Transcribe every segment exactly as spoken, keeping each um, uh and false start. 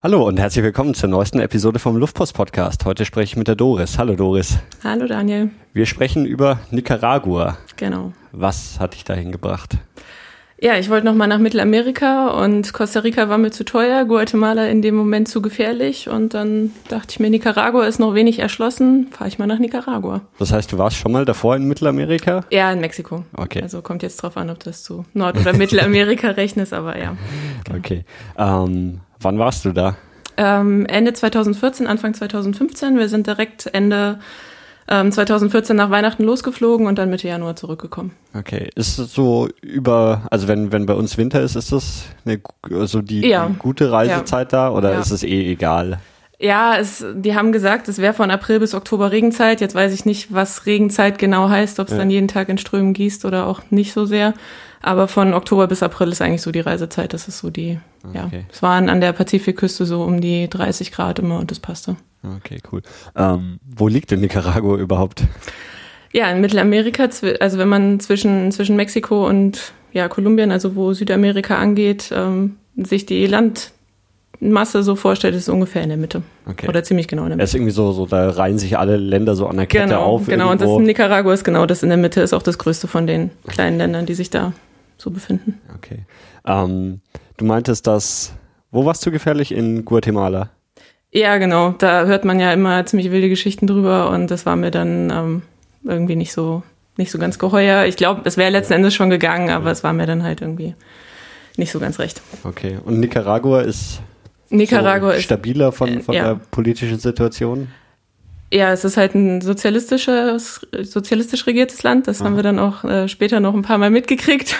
Hallo und herzlich willkommen zur neuesten Episode vom Luftpost-Podcast. Heute spreche ich mit der Doris. Hallo Doris. Hallo Daniel. Wir sprechen über Nicaragua. Genau. Was hat dich dahin gebracht? Ja, ich wollte nochmal nach Mittelamerika und Costa Rica war mir zu teuer, Guatemala in dem Moment zu gefährlich und dann dachte ich mir, Nicaragua ist noch wenig erschlossen, fahre ich mal nach Nicaragua. Das heißt, du warst schon mal davor in Mittelamerika? Ja, in Mexiko. Okay. Also kommt jetzt drauf an, ob das zu Nord- oder Mittelamerika rechnest, aber ja. Genau. Okay. Ähm, wann warst du da? Ähm, Ende zweitausendvierzehn, Anfang zweitausendfünfzehn. Wir sind direkt Ende ähm, zweitausendvierzehn nach Weihnachten losgeflogen und dann Mitte Januar zurückgekommen. Okay. Ist es so über, also wenn wenn bei uns Winter ist, ist das eine, so die, ja. die gute Reisezeit ja. da oder ja. ist es eh egal? Ja, es, die haben gesagt, es wäre von April bis Oktober Regenzeit. Jetzt weiß ich nicht, was Regenzeit genau heißt, ob es ja. dann jeden Tag in Strömen gießt oder auch nicht so sehr. Aber von Oktober bis April ist eigentlich so die Reisezeit. Das ist so die, okay. ja. Es waren an der Pazifikküste so um die dreißig Grad immer und das passte. Okay, cool. Ähm, wo liegt denn Nicaragua überhaupt? Ja, in Mittelamerika, also wenn man zwischen, zwischen Mexiko und ja, Kolumbien, also wo Südamerika angeht, ähm, sich die Landmasse so vorstellt, ist es ungefähr in der Mitte. Okay. Oder ziemlich genau in der Mitte. Es ist irgendwie so, so, da reihen sich alle Länder so an der Kette genau, auf. Genau, irgendwo. und das Nicaragua ist genau das in der Mitte, ist auch das größte von den kleinen Ländern, die sich da so befinden. Okay. Ähm, du meintest, dass, wo warst du gefährlich? In Guatemala? Ja, genau. Da hört man ja immer ziemlich wilde Geschichten drüber und das war mir dann ähm, irgendwie nicht so nicht so ganz geheuer. Ich glaube, es wäre letzten Endes schon gegangen, aber ja. es war mir dann halt irgendwie nicht so ganz recht. Okay. Und Nicaragua ist Nicaragua so ist stabiler von, von äh, ja. der politischen Situation? Ja, es ist halt ein sozialistisches, sozialistisch regiertes Land. Das Aha. haben wir dann auch äh, später noch ein paar Mal mitgekriegt.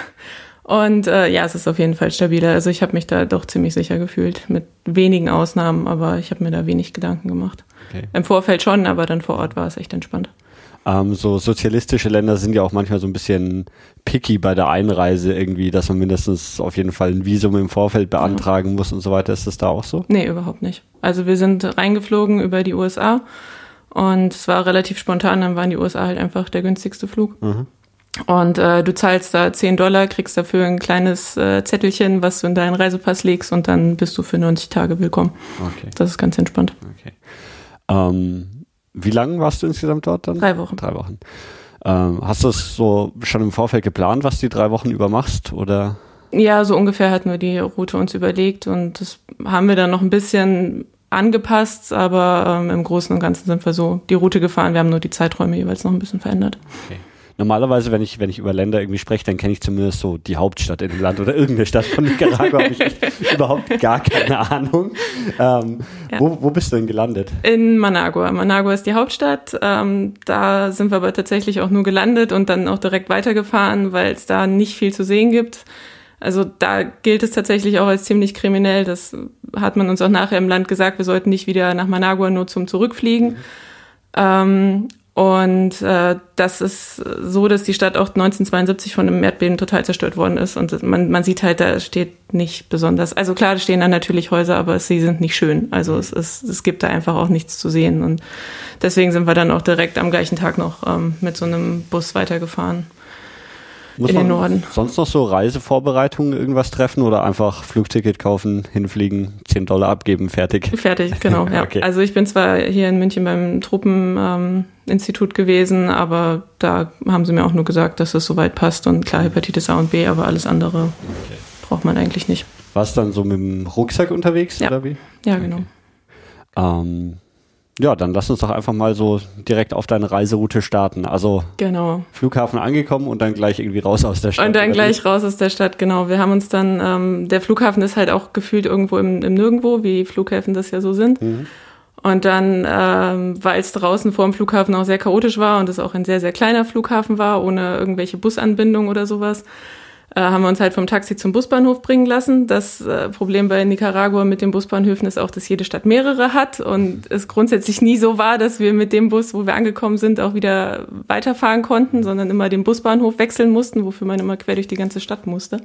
Und äh, ja, es ist auf jeden Fall stabiler. Also ich habe mich da doch ziemlich sicher gefühlt, mit wenigen Ausnahmen, aber ich habe mir da wenig Gedanken gemacht. Okay. Im Vorfeld schon, aber dann vor Ort war es echt entspannt. Ähm, so sozialistische Länder sind ja auch manchmal so ein bisschen picky bei der Einreise irgendwie, dass man mindestens auf jeden Fall ein Visum im Vorfeld beantragen ja. muss und so weiter. Ist das da auch so? Nee, überhaupt nicht. Also wir sind reingeflogen über die U S A und es war relativ spontan, dann waren die U S A halt einfach der günstigste Flug. Mhm. Und äh, du zahlst da zehn Dollar, kriegst dafür ein kleines äh, Zettelchen, was du in deinen Reisepass legst und dann bist du für neunzig Tage willkommen. Okay. Das ist ganz entspannt. Okay. Ähm, wie lange warst du insgesamt dort dann? Drei Wochen. Drei Wochen. Ähm, hast du es so schon im Vorfeld geplant, was du die drei Wochen über machst, oder? Ja, so ungefähr hatten wir die Route uns überlegt und das haben wir dann noch ein bisschen angepasst, aber ähm, im Großen und Ganzen sind wir so die Route gefahren. Wir haben nur die Zeiträume jeweils noch ein bisschen verändert. Okay. Normalerweise, wenn ich, wenn ich über Länder irgendwie spreche, dann kenne ich zumindest so die Hauptstadt in dem Land oder irgendeine Stadt. Von Nicaragua habe ich echt überhaupt gar keine Ahnung. Ähm, ja. wo, wo bist du denn gelandet? In Managua. Managua ist die Hauptstadt. Ähm, da sind wir aber tatsächlich auch nur gelandet und dann auch direkt weitergefahren, weil es da nicht viel zu sehen gibt. Also da gilt es tatsächlich auch als ziemlich kriminell. Das hat man uns auch nachher im Land gesagt. Wir sollten nicht wieder nach Managua nur zum Zurückfliegen. Mhm. Ähm, Und äh, das ist so, dass die Stadt auch neunzehnhundertzweiundsiebzig von einem Erdbeben total zerstört worden ist. Und man, man sieht halt, da steht nicht besonders. Also klar, da stehen da natürlich Häuser, aber sie sind nicht schön. Also es, ist, es gibt da einfach auch nichts zu sehen. Und deswegen sind wir dann auch direkt am gleichen Tag noch ähm, mit so einem Bus weitergefahren. Muss in den man Norden. Sonst noch so Reisevorbereitungen irgendwas treffen oder einfach Flugticket kaufen, hinfliegen, zehn Dollar abgeben, fertig? Fertig, genau. Ja. Okay. Also ich bin zwar hier in München beim Truppeninstitut ähm, gewesen, aber da haben sie mir auch nur gesagt, dass es soweit passt und klar Hepatitis A und B, aber alles andere okay. braucht man eigentlich nicht. Warst du dann so mit dem Rucksack unterwegs ja. oder wie? Ja, genau. Okay. Ähm, ja, dann lass uns doch einfach mal so direkt auf deine Reiseroute starten. Also genau. Flughafen angekommen und dann gleich irgendwie raus aus der Stadt. Und dann gleich raus aus der Stadt, genau. Wir haben uns dann, ähm, der Flughafen ist halt auch gefühlt irgendwo im, im Nirgendwo, wie Flughäfen das ja so sind. Mhm. Und dann, ähm, weil es draußen vor dem Flughafen auch sehr chaotisch war und es auch ein sehr, sehr kleiner Flughafen war, ohne irgendwelche Busanbindung oder sowas, äh, haben wir uns halt vom Taxi zum Busbahnhof bringen lassen. Das äh, Problem bei Nicaragua mit den Busbahnhöfen ist auch, dass jede Stadt mehrere hat und es grundsätzlich nie so war, dass wir mit dem Bus, wo wir angekommen sind, auch wieder weiterfahren konnten, sondern immer den Busbahnhof wechseln mussten, wofür man immer quer durch die ganze Stadt musste.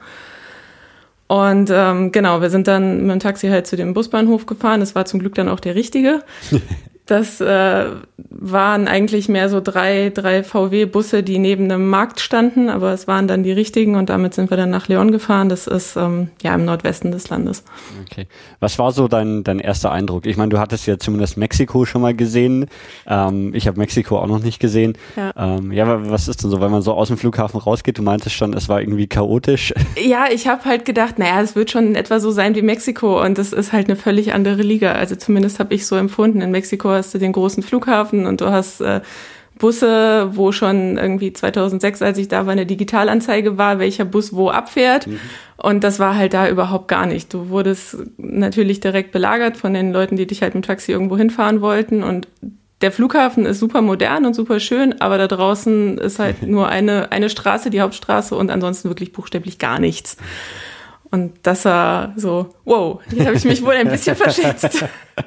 Und ähm, genau, wir sind dann mit dem Taxi halt zu dem Busbahnhof gefahren. Das war zum Glück dann auch der richtige. Das äh, waren eigentlich mehr so drei, drei V W-Busse, die neben einem Markt standen, aber es waren dann die richtigen und damit sind wir dann nach León gefahren. Das ist ähm, ja im Nordwesten des Landes. Okay. Was war so dein, dein erster Eindruck? Ich meine, du hattest ja zumindest Mexiko schon mal gesehen. Ähm, ich habe Mexiko auch noch nicht gesehen. Ja. Ähm, ja, was ist denn so, wenn man so aus dem Flughafen rausgeht? Du meintest schon, es war irgendwie chaotisch. Ja, ich habe halt gedacht, naja, es wird schon etwa so sein wie Mexiko und das ist halt eine völlig andere Liga. Also zumindest habe ich so empfunden. In Mexiko hast du den großen Flughafen und du hast äh, Busse, wo schon irgendwie zweitausendsechs, als ich da war, eine Digitalanzeige war, welcher Bus wo abfährt. Mhm. Und das war halt da überhaupt gar nicht. Du wurdest natürlich direkt belagert von den Leuten, die dich halt mit dem Taxi irgendwo hinfahren wollten. Und der Flughafen ist super modern und super schön, aber da draußen ist halt nur eine, eine Straße, die Hauptstraße und ansonsten wirklich buchstäblich gar nichts. Und das war so, wow, hier habe ich mich wohl ein bisschen verschätzt.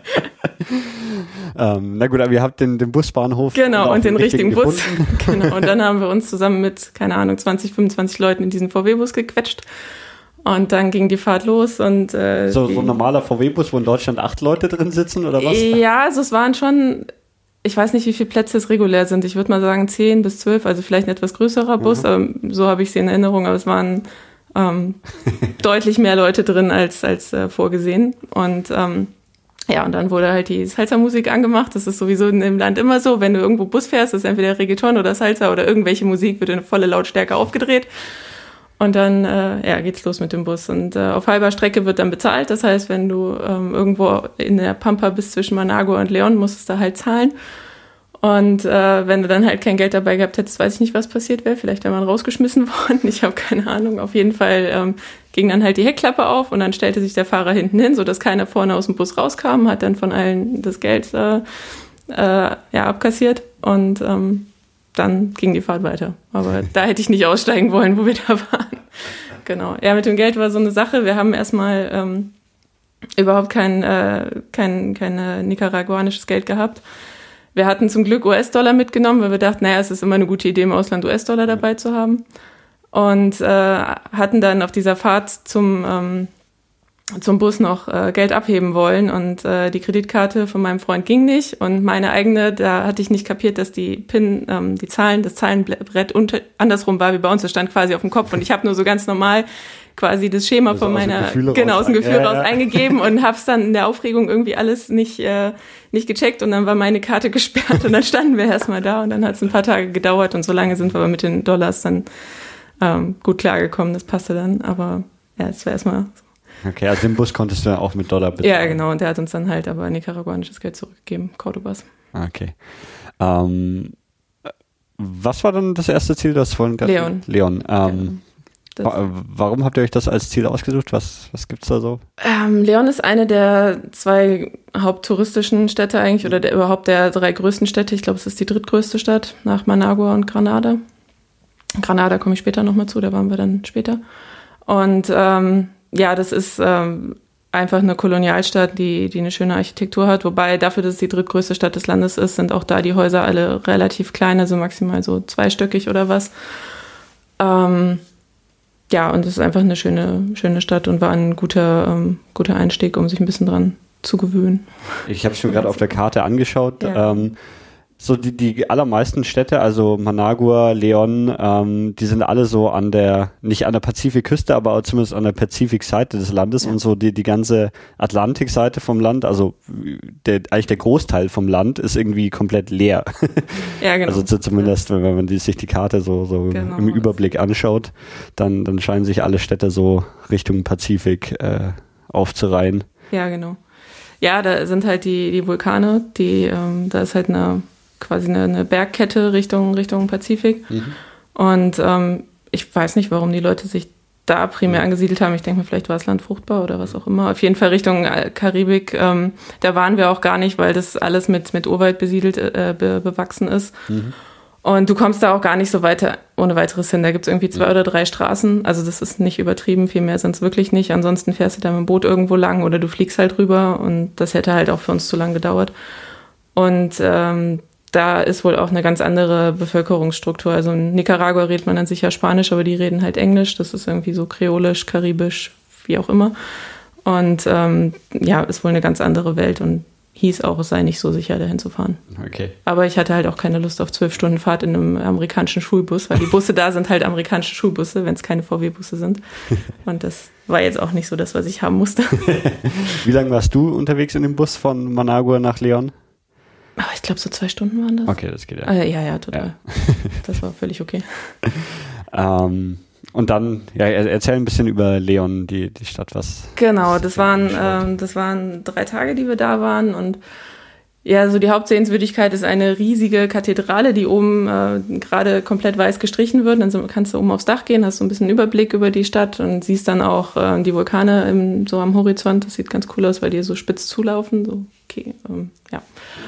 ähm, na gut, aber ihr habt den, den Busbahnhof. Genau, und den richtigen, richtigen Bus. Genau, und dann haben wir uns zusammen mit, keine Ahnung, zwanzig, fünfundzwanzig Leuten in diesen V W-Bus gequetscht. Und dann ging die Fahrt los. und äh, So, so ein normaler V W-Bus, wo in Deutschland acht Leute drin sitzen, oder was? Ja, also es waren schon, ich weiß nicht, wie viele Plätze es regulär sind. Ich würde mal sagen zehn bis zwölf, also vielleicht ein etwas größerer Bus. Mhm. Aber so habe ich sie in Erinnerung, aber es waren ähm, deutlich mehr Leute drin als, als äh, vorgesehen. Und ähm, ja, und dann wurde halt die Salsa-Musik angemacht. Das ist sowieso in dem Land immer so. Wenn du irgendwo Bus fährst, ist entweder Reggaeton oder Salsa oder irgendwelche Musik, wird in volle Lautstärke aufgedreht. Und dann äh, ja, geht's los mit dem Bus. Und äh, auf halber Strecke wird dann bezahlt. Das heißt, wenn du ähm, irgendwo in der Pampa bist zwischen Managua und León, musst du da halt zahlen. Und äh, wenn du dann halt kein Geld dabei gehabt hättest, weiß ich nicht, was passiert wäre. Vielleicht wäre man rausgeschmissen worden. Ich habe keine Ahnung. Auf jeden Fall ähm, ging dann halt die Heckklappe auf und dann stellte sich der Fahrer hinten hin, sodass keiner vorne aus dem Bus rauskam, hat dann von allen das Geld äh, äh, ja, abkassiert und ähm, dann ging die Fahrt weiter. Aber da hätte ich nicht aussteigen wollen, wo wir da waren. Genau. Ja, mit dem Geld war so eine Sache. Wir haben erstmal ähm, überhaupt kein, äh, kein, kein äh, nicaraguanisches Geld gehabt. Wir hatten zum Glück U S-Dollar mitgenommen, weil wir dachten, naja, es ist immer eine gute Idee, im Ausland U S-Dollar dabei zu haben. Und äh, hatten dann auf dieser Fahrt zum, ähm, zum Bus noch äh, Geld abheben wollen. Und äh, die Kreditkarte von meinem Freund ging nicht. Und meine eigene, da hatte ich nicht kapiert, dass die PIN, ähm, die Zahlen, das Zahlenbrett unter, andersrum war wie bei uns. Das stand quasi auf dem Kopf. Und ich habe nur so ganz normal quasi das Schema also von meiner, genau, aus dem Gefühl ja, raus ja. eingegeben und hab's dann in der Aufregung irgendwie alles nicht, äh, nicht gecheckt und dann war meine Karte gesperrt und dann standen wir erstmal da und dann hat's ein paar Tage gedauert und so lange sind wir aber mit den Dollars dann ähm, gut klargekommen, das passte dann, aber ja, es war erstmal so. Okay, also den Bus konntest du dann auch mit Dollar bezahlen? Ja, genau, und der hat uns dann halt aber nicaraguanisches Geld zurückgegeben, Cordobas. Okay. Ähm, was war dann das erste Ziel, das vorhin gerade? León. León. Ähm, Das Warum habt ihr euch das als Ziel ausgesucht? Was, was gibt's da so? Ähm, León ist eine der zwei haupttouristischen Städte eigentlich oder der, überhaupt der drei größten Städte. Ich glaube, es ist die drittgrößte Stadt nach Managua und Granada. Granada komme ich später nochmal zu, da waren wir dann später. Und ähm, ja, das ist ähm, einfach eine Kolonialstadt, die, die eine schöne Architektur hat. Wobei dafür, dass es die drittgrößte Stadt des Landes ist, sind auch da die Häuser alle relativ klein, also maximal so zweistöckig oder was. Ähm, Ja, und es ist einfach eine schöne, schöne Stadt und war ein guter, ähm, guter Einstieg, um sich ein bisschen dran zu gewöhnen. Ich habe es mir gerade auf der Karte angeschaut. Ja. Ähm, so die, die allermeisten Städte, also Managua, León, ähm, die sind alle so an der, nicht an der Pazifikküste, aber zumindest an der Pazifikseite des Landes ja. und so die, die ganze Atlantikseite vom Land, also der, eigentlich der Großteil vom Land ist irgendwie komplett leer. Ja, genau. Also zumindest, wenn man die, sich die Karte so, so genau. im Überblick anschaut, dann, dann scheinen sich alle Städte so Richtung Pazifik äh, aufzureihen. Ja, genau. Ja, da sind halt die, die Vulkane, die, ähm, da ist halt eine quasi eine, eine Bergkette Richtung, Richtung Pazifik. Mhm. Und ähm, ich weiß nicht, warum die Leute sich da primär mhm. angesiedelt haben. Ich denke mir, vielleicht war das Land fruchtbar oder was auch immer. Auf jeden Fall Richtung Karibik. Ähm, da waren wir auch gar nicht, weil das alles mit, mit Urwald besiedelt, äh, be, bewachsen ist. Mhm. Und du kommst da auch gar nicht so weiter ohne weiteres hin. Da gibt es irgendwie zwei mhm. oder drei Straßen. Also das ist nicht übertrieben, viel mehr sind es wirklich nicht. Ansonsten fährst du da mit dem Boot irgendwo lang oder du fliegst halt rüber. Und das hätte halt auch für uns zu lang gedauert. Und ähm, da ist wohl auch eine ganz andere Bevölkerungsstruktur. Also in Nicaragua redet man dann sicher Spanisch, aber die reden halt Englisch. Das ist irgendwie so kreolisch, karibisch, wie auch immer. Und ähm, ja, ist wohl eine ganz andere Welt. Und hieß auch, es sei nicht so sicher, dahin zu fahren. Okay. Aber ich hatte halt auch keine Lust auf zwölf Stunden Fahrt in einem amerikanischen Schulbus, weil die Busse da sind halt amerikanische Schulbusse, wenn es keine V W-Busse sind. Und das war jetzt auch nicht so das, was ich haben musste. Wie lange warst du unterwegs in dem Bus von Managua nach Leon? Oh, ich glaube, so zwei Stunden waren das. Okay, das geht ja. Äh, ja, ja, total. Ja. Das war völlig okay. ähm, und dann, ja, erzähl ein bisschen über Leon, die, die Stadt, was. Genau, das waren, ähm, das waren drei Tage, die wir da waren und ja, so die Hauptsehenswürdigkeit ist eine riesige Kathedrale, die oben äh, gerade komplett weiß gestrichen wird. Dann kannst du oben aufs Dach gehen, hast so ein bisschen Überblick über die Stadt und siehst dann auch äh, die Vulkane im, so am Horizont. Das sieht ganz cool aus, weil die so spitz zulaufen. So, okay, ähm, ja.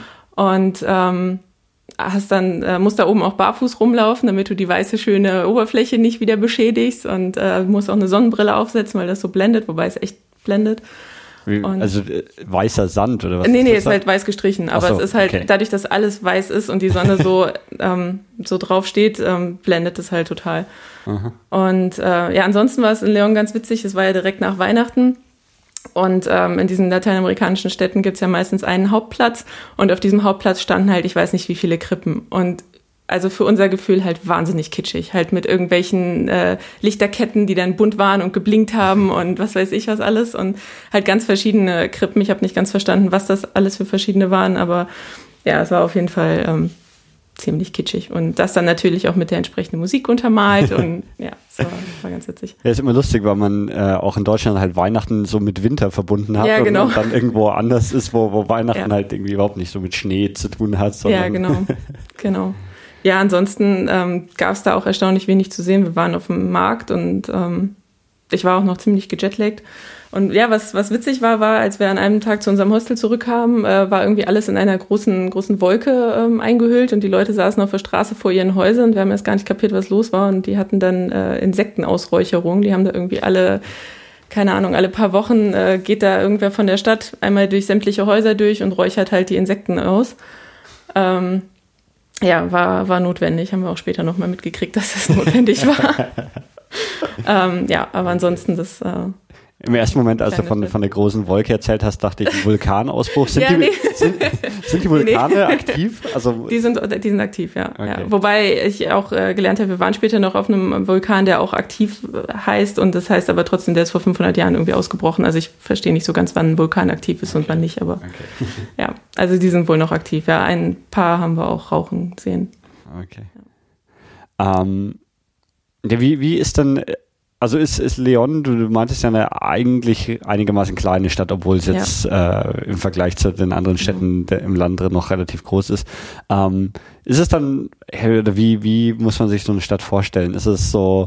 Und ähm, hast dann, äh, musst da oben auch barfuß rumlaufen, damit du die weiße, schöne Oberfläche nicht wieder beschädigst und äh, musst auch eine Sonnenbrille aufsetzen, weil das so blendet, wobei es echt blendet. Wie, also äh, weißer Sand oder was? Nee, nee, ist ist halt weiß gestrichen, aber so, es ist halt, okay. dadurch, dass alles weiß ist und die Sonne so, ähm, so drauf steht, ähm, blendet es halt total. Aha. Und äh, ja, ansonsten war es in Leon ganz witzig, es war ja direkt nach Weihnachten. Und ähm, in diesen lateinamerikanischen Städten gibt's ja meistens einen Hauptplatz und auf diesem Hauptplatz standen halt, ich weiß nicht wie viele Krippen und also für unser Gefühl halt wahnsinnig kitschig, halt mit irgendwelchen äh, Lichterketten, die dann bunt waren und geblinkt haben und was weiß ich was alles und halt ganz verschiedene Krippen. Ich habe nicht ganz verstanden, was das alles für verschiedene waren, aber ja, es war auf jeden Fall ähm, ziemlich kitschig und das dann natürlich auch mit der entsprechenden Musik untermalt und ja, es war, war ganz witzig. Ja, ist immer lustig, weil man äh, auch in Deutschland halt Weihnachten so mit Winter verbunden hat ja, genau. und dann irgendwo anders ist, wo, wo Weihnachten ja. halt irgendwie überhaupt nicht so mit Schnee zu tun hat. Sondern ja, genau, genau. Ja, ansonsten ähm, gab es da auch erstaunlich wenig zu sehen. Wir waren auf dem Markt und ähm, ich war auch noch ziemlich gejetlaggt. Und ja, was was witzig war, war, als wir an einem Tag zu unserem Hostel zurückkamen, äh, war irgendwie alles in einer großen großen Wolke ähm, eingehüllt und die Leute saßen auf der Straße vor ihren Häusern und wir haben erst gar nicht kapiert, was los war und die hatten dann äh, Insektenausräucherung. Die haben da irgendwie alle, keine Ahnung, alle paar Wochen äh, geht da irgendwer von der Stadt einmal durch sämtliche Häuser durch und räuchert halt die Insekten aus. Ähm, ja, war war notwendig. Haben wir auch später nochmal mitgekriegt, dass das notwendig war. ähm, ja, aber ansonsten das... Äh, Im ersten Moment, als du von, von der großen Wolke erzählt hast, dachte ich, Vulkanausbruch. Sind, ja, die, nee. sind, sind die Vulkane nee. aktiv? Also die sind, die sind aktiv, ja. Okay. ja. Wobei ich auch äh, gelernt habe, wir waren später noch auf einem Vulkan, der auch aktiv heißt und das heißt aber trotzdem, der ist vor fünfhundert Jahren irgendwie ausgebrochen. Also ich verstehe nicht so ganz, wann ein Vulkan aktiv ist okay. und wann nicht, aber okay. ja, also die sind wohl noch aktiv. Ja, ein paar haben wir auch rauchen sehen. Okay. Ja. Ähm, ja, wie, wie ist denn... Also ist, ist Leon, du, du meintest ja eine eigentlich einigermaßen kleine Stadt, obwohl es jetzt ja. äh, im Vergleich zu den anderen Städten der, im Land drin noch relativ groß ist. Ähm, ist es dann, oder wie, wie muss man sich so eine Stadt vorstellen? Ist es so,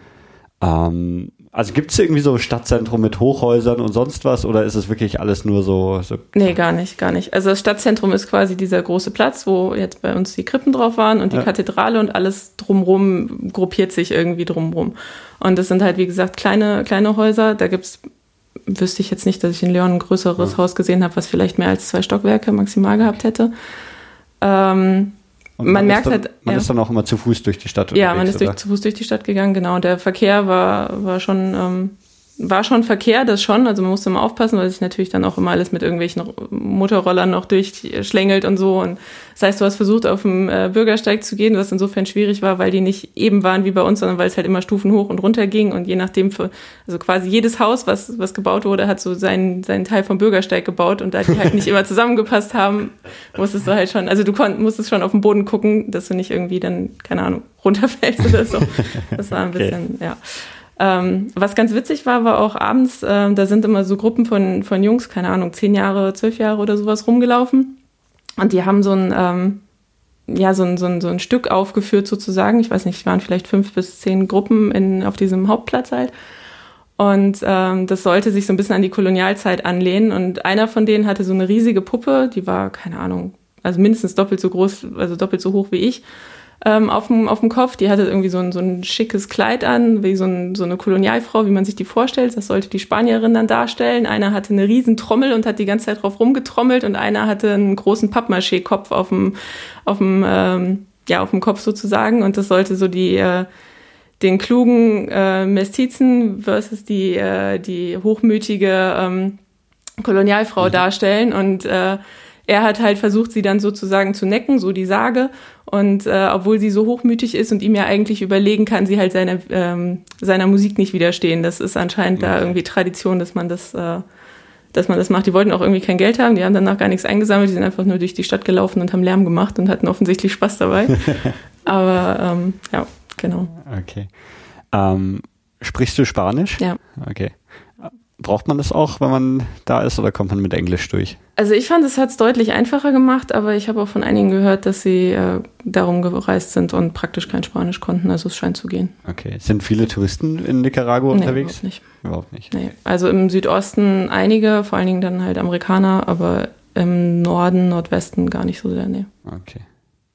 ähm, also gibt es irgendwie so Stadtzentrum mit Hochhäusern und sonst was oder ist es wirklich alles nur so, so? Nee, gar nicht, gar nicht. Also das Stadtzentrum ist quasi dieser große Platz, wo jetzt bei uns die Krippen drauf waren und die ja. Kathedrale und alles drumrum gruppiert sich irgendwie drumrum. Und das sind halt, wie gesagt, kleine, kleine Häuser. Da gibt's, wüsste ich jetzt nicht, dass ich in Leon ein größeres ja. Haus gesehen habe, was vielleicht mehr als zwei Stockwerke maximal gehabt hätte. Ähm, man, man merkt dann, halt. Man ja. ist dann auch immer zu Fuß durch die Stadt Ja, man ist durch, zu Fuß durch die Stadt gegangen, genau. Der Verkehr war, war schon, ähm, war schon Verkehr, das schon. Also man musste immer aufpassen, weil sich natürlich dann auch immer alles mit irgendwelchen Motorrollern noch durchschlängelt und so. Und das heißt, du hast versucht, auf dem äh, Bürgersteig zu gehen, was insofern schwierig war, weil die nicht eben waren wie bei uns, sondern weil es halt immer Stufen hoch und runter ging. Und je nachdem, für, also quasi jedes Haus, was, was gebaut wurde, hat so seinen, seinen Teil vom Bürgersteig gebaut. Und da die halt nicht immer zusammengepasst haben, musstest du halt schon, also du konnt, musstest schon auf den Boden gucken, dass du nicht irgendwie dann, keine Ahnung, runterfällst oder so. Das war ein bisschen, okay. ja. Ähm, was ganz witzig war, war auch abends, äh, da sind immer so Gruppen von, von Jungs, keine Ahnung, zehn Jahre, zwölf Jahre oder sowas rumgelaufen. Und die haben so ein, ähm, ja, so ein, so ein, so ein Stück aufgeführt sozusagen. Ich weiß nicht, es waren vielleicht fünf bis zehn Gruppen in, auf diesem Hauptplatz halt. Und ähm, das sollte sich so ein bisschen an die Kolonialzeit anlehnen. Und einer von denen hatte so eine riesige Puppe, die war, keine Ahnung, also mindestens doppelt so groß, also doppelt so hoch wie ich. Ähm, auf dem auf dem Kopf, die hatte irgendwie so ein, so ein schickes Kleid an, wie so, ein, so eine Kolonialfrau, wie man sich die vorstellt. Das sollte die Spanierin dann darstellen. Einer hatte eine riesen Trommel und hat die ganze Zeit drauf rumgetrommelt und einer hatte einen großen Pappmaché-Kopf auf dem auf dem ähm, ja auf dem Kopf sozusagen und das sollte so die äh, den klugen äh, Mestizen versus die äh, die hochmütige ähm, Kolonialfrau mhm. darstellen und äh, er hat halt versucht, sie dann sozusagen zu necken, so die Sage. Und äh, obwohl sie so hochmütig ist und ihm ja eigentlich überlegen, kann sie halt seiner, ähm, seiner Musik nicht widerstehen. Das ist anscheinend okay. da irgendwie Tradition, dass man das, äh, dass man das macht. Die wollten auch irgendwie kein Geld haben, die haben danach gar nichts eingesammelt, die sind einfach nur durch die Stadt gelaufen und haben Lärm gemacht und hatten offensichtlich Spaß dabei. Aber ähm, ja, genau. Okay. Ähm, sprichst du Spanisch? Ja. Okay. Braucht man das auch, wenn man da ist, oder kommt man mit Englisch durch? Also ich fand, es hat es deutlich einfacher gemacht, aber ich habe auch von einigen gehört, dass sie äh, darum gereist sind und praktisch kein Spanisch konnten. Also es scheint zu gehen. Okay. Sind viele Touristen in Nicaragua nee, unterwegs? Überhaupt nicht. Überhaupt nicht. Nee. Also im Südosten einige, vor allen Dingen dann halt Amerikaner, aber im Norden, Nordwesten gar nicht so sehr, nee. Okay.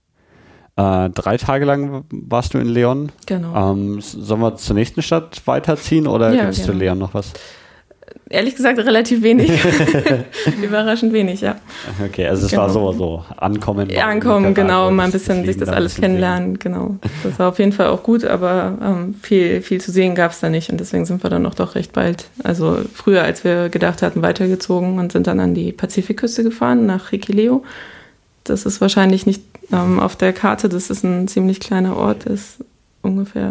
Äh, drei Tage lang warst du in Leon. Genau. Ähm, sollen wir zur nächsten Stadt weiterziehen oder ja, gibt es zu gerne. Leon noch was? Ehrlich gesagt relativ wenig. Überraschend wenig, ja. Okay, also es genau. war so, so ankommen. Ja, ankommen, genau, mal ein bisschen sich das alles kennenlernen, sehen. Genau. Das war auf jeden Fall auch gut, aber ähm, viel, viel zu sehen gab es da nicht und deswegen sind wir dann auch doch recht bald, also früher als wir gedacht hatten, weitergezogen und sind dann an die Pazifikküste gefahren, nach Riquileo. Das ist wahrscheinlich nicht ähm, auf der Karte, das ist ein ziemlich kleiner Ort, ist ungefähr.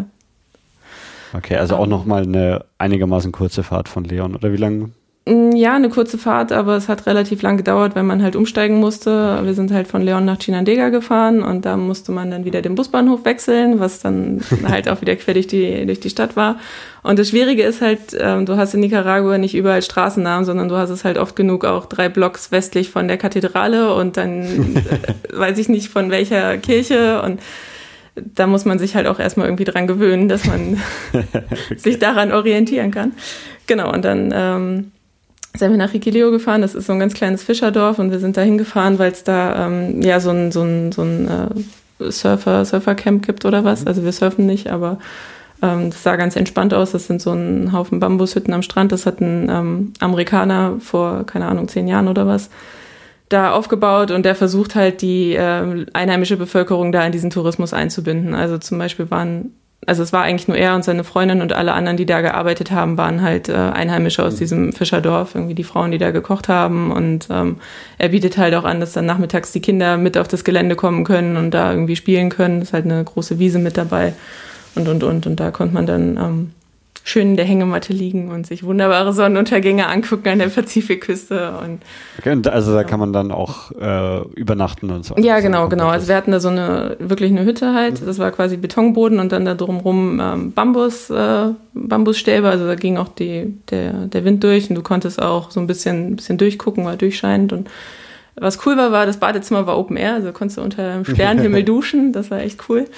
Okay, also auch nochmal eine einigermaßen kurze Fahrt von Leon, oder wie lange? Ja, eine kurze Fahrt, aber es hat relativ lang gedauert, weil man halt umsteigen musste. Wir sind halt von Leon nach Chinandega gefahren und da musste man dann wieder den Busbahnhof wechseln, was dann halt auch wieder quer durch die, durch die Stadt war. Und das Schwierige ist halt, ähm, du hast in Nicaragua nicht überall Straßennamen, sondern du hast es halt oft genug auch drei Blocks westlich von der Kathedrale und dann äh, weiß ich nicht von welcher Kirche und da muss man sich halt auch erstmal irgendwie dran gewöhnen, dass man okay. sich daran orientieren kann. Genau, und dann ähm, sind wir nach Riquileo gefahren. Das ist so ein ganz kleines Fischerdorf und wir sind da hingefahren, weil es da ähm, ja so ein, so ein, so ein äh, Surfer, Surfercamp gibt oder was. Also wir surfen nicht, aber ähm, das sah ganz entspannt aus. Das sind so ein Haufen Bambushütten am Strand. Das hat ein ähm, Amerikaner vor, keine Ahnung, zehn Jahren oder was, da aufgebaut und der versucht halt die äh, einheimische Bevölkerung da in diesen Tourismus einzubinden. Also zum Beispiel waren, also es war eigentlich nur er und seine Freundin und alle anderen, die da gearbeitet haben, waren halt äh, Einheimische aus diesem Fischerdorf, irgendwie die Frauen, die da gekocht haben und ähm, er bietet halt auch an, dass dann nachmittags die Kinder mit auf das Gelände kommen können und da irgendwie spielen können. Das ist halt eine große Wiese mit dabei und und und und da konnte man dann ähm, schön in der Hängematte liegen und sich wunderbare Sonnenuntergänge angucken an der Pazifikküste. Und, okay, und also da kann man dann auch äh, übernachten und so. Ja, genau, genau. Also wir hatten da so eine, wirklich eine Hütte halt. Das war quasi Betonboden und dann da drumherum ähm, Bambus, äh, Bambusstäbe. Also da ging auch die, der, der Wind durch und du konntest auch so ein bisschen, ein bisschen durchgucken, war durchscheinend. Und was cool war, war, das Badezimmer war Open Air. Also konntest du unter dem Sternenhimmel duschen. Das war echt cool.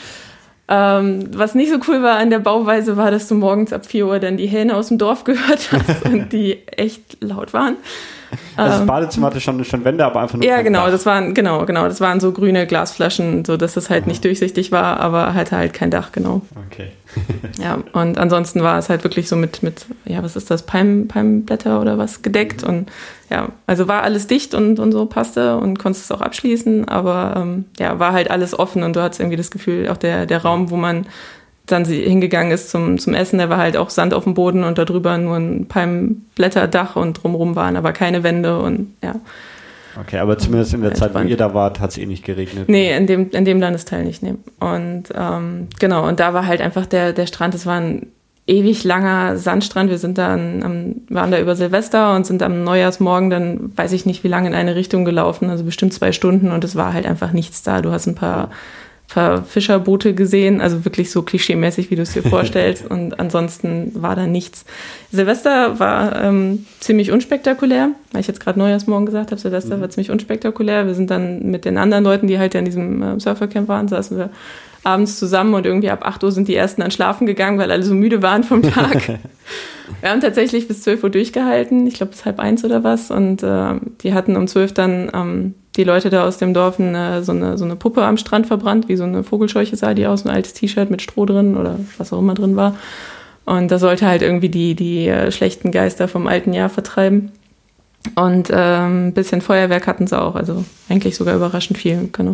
Ähm, was nicht so cool war an der Bauweise war, dass du morgens ab vier Uhr dann die Hähne aus dem Dorf gehört hast und die echt laut waren. Also das Badezimmer hatte schon, schon Wände, aber einfach nur. Ja, genau, Dach. das waren, genau, genau, das waren so grüne Glasflaschen, so dass es halt mhm. nicht durchsichtig war, aber hatte halt kein Dach, genau. Okay. Ja, und ansonsten war es halt wirklich so mit, mit, ja, was ist das, Palm, Palmblätter oder was gedeckt mhm. und ja, also war alles dicht und, und so passte und konntest es auch abschließen, aber ähm, ja, war halt alles offen und du hattest irgendwie das Gefühl, auch der, der Raum, wo man dann hingegangen ist zum, zum Essen, da war halt auch Sand auf dem Boden und darüber nur ein Palmblätterdach und drumherum waren aber keine Wände und ja. Okay, aber zumindest in der Zeit, wo ihr da wart, hat es eh nicht geregnet. Nee, in dem, in dem Landesteil nicht, nee. Und ähm, genau, und da war halt einfach der, der Strand, es war ein ewig langer Sandstrand. Wir sind dann am, waren da über Silvester und sind am Neujahrsmorgen dann, weiß ich nicht wie lange, in eine Richtung gelaufen, also bestimmt zwei Stunden und es war halt einfach nichts da. Du hast ein paar paar Fischerboote gesehen, also wirklich so klischeemäßig, wie du es dir vorstellst. Und ansonsten war da nichts. Silvester war ähm, ziemlich unspektakulär, weil ich jetzt gerade Neujahrsmorgen gesagt habe, Silvester mhm. war ziemlich unspektakulär. Wir sind dann mit den anderen Leuten, die halt in diesem äh, Surfercamp waren, saßen wir abends zusammen und irgendwie ab acht Uhr sind die ersten dann schlafen gegangen, weil alle so müde waren vom Tag. Wir haben tatsächlich bis zwölf Uhr durchgehalten, ich glaube bis halb eins oder was. Und äh, die hatten um zwölf dann ähm, die Leute da aus dem Dorf eine, so, eine, so eine Puppe am Strand verbrannt, wie so eine Vogelscheuche sah die aus, ein altes T-Shirt mit Stroh drin oder was auch immer drin war. Und das sollte halt irgendwie die, die äh, schlechten Geister vom alten Jahr vertreiben. Und ähm, ein bisschen Feuerwerk hatten sie auch, also eigentlich sogar überraschend viel, genau.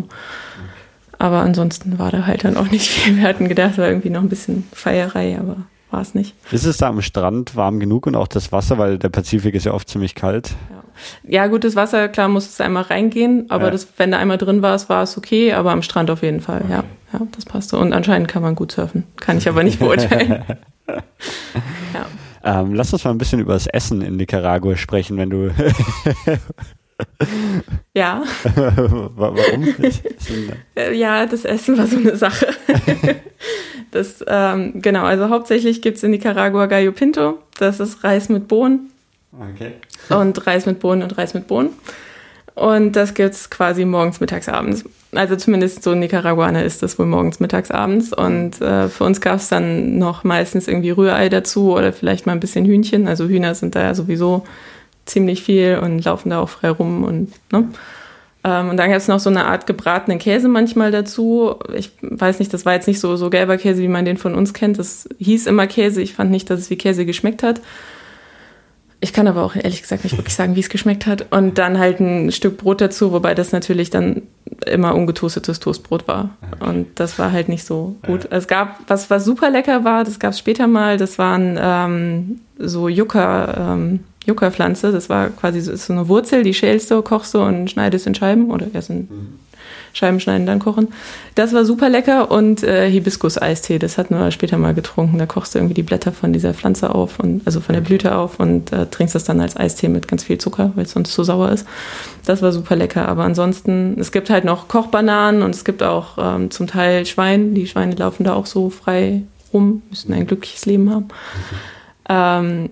Aber ansonsten war da halt dann auch nicht viel. Wir hatten gedacht, es war irgendwie noch ein bisschen Feierei, aber war es nicht. Ist es da am Strand warm genug und auch das Wasser, weil der Pazifik ist ja oft ziemlich kalt? Ja. Ja, gutes Wasser, klar, muss es einmal reingehen, aber ja. das, wenn da einmal drin war, war es okay, aber am Strand auf jeden Fall, okay. ja. Ja, das passte. Und anscheinend kann man gut surfen. Kann ich aber nicht beurteilen. ja. ähm, lass uns mal ein bisschen über das Essen in Nicaragua sprechen, wenn du... ja. Warum? Ja, das Essen war so eine Sache. das, ähm, genau, also hauptsächlich gibt es in Nicaragua Gallo Pinto. Das ist Reis mit Bohnen. Okay. Und Reis mit Bohnen und Reis mit Bohnen. Und das gibt es quasi morgens, mittags, abends. Also zumindest so ein Nicaraguaner ist das wohl morgens, mittags, abends. Und äh, für uns gab es dann noch meistens irgendwie Rührei dazu oder vielleicht mal ein bisschen Hühnchen. Also Hühner sind da ja sowieso ziemlich viel und laufen da auch frei rum. Und, ne? ähm, und dann gab es noch so eine Art gebratenen Käse manchmal dazu. Ich weiß nicht, das war jetzt nicht so, so gelber Käse, wie man den von uns kennt. Das hieß immer Käse. Ich fand nicht, dass es wie Käse geschmeckt hat. Ich kann aber auch ehrlich gesagt nicht wirklich sagen, wie es geschmeckt hat. Und dann halt ein Stück Brot dazu, wobei das natürlich dann immer ungetoastetes Toastbrot war. Und das war halt nicht so gut. Ja. Es gab, was, was super lecker war, das gab es später mal, das waren ähm, so Yucca, ähm, Yucca-Pflanze. Das war quasi so, ist so eine Wurzel, die schälst du, kochst du und schneidest in Scheiben oder erst in mhm. Scheiben schneiden, dann kochen. Das war super lecker und äh, Hibiskus-Eistee, das hatten wir später mal getrunken. Da kochst du irgendwie die Blätter von dieser Pflanze auf, und also von der Blüte auf und äh, trinkst das dann als Eistee mit ganz viel Zucker, weil es sonst zu sauer ist. Das war super lecker, aber ansonsten, es gibt halt noch Kochbananen und es gibt auch ähm, zum Teil Schwein. Die Schweine laufen da auch so frei rum, müssen ein glückliches Leben haben. Ähm,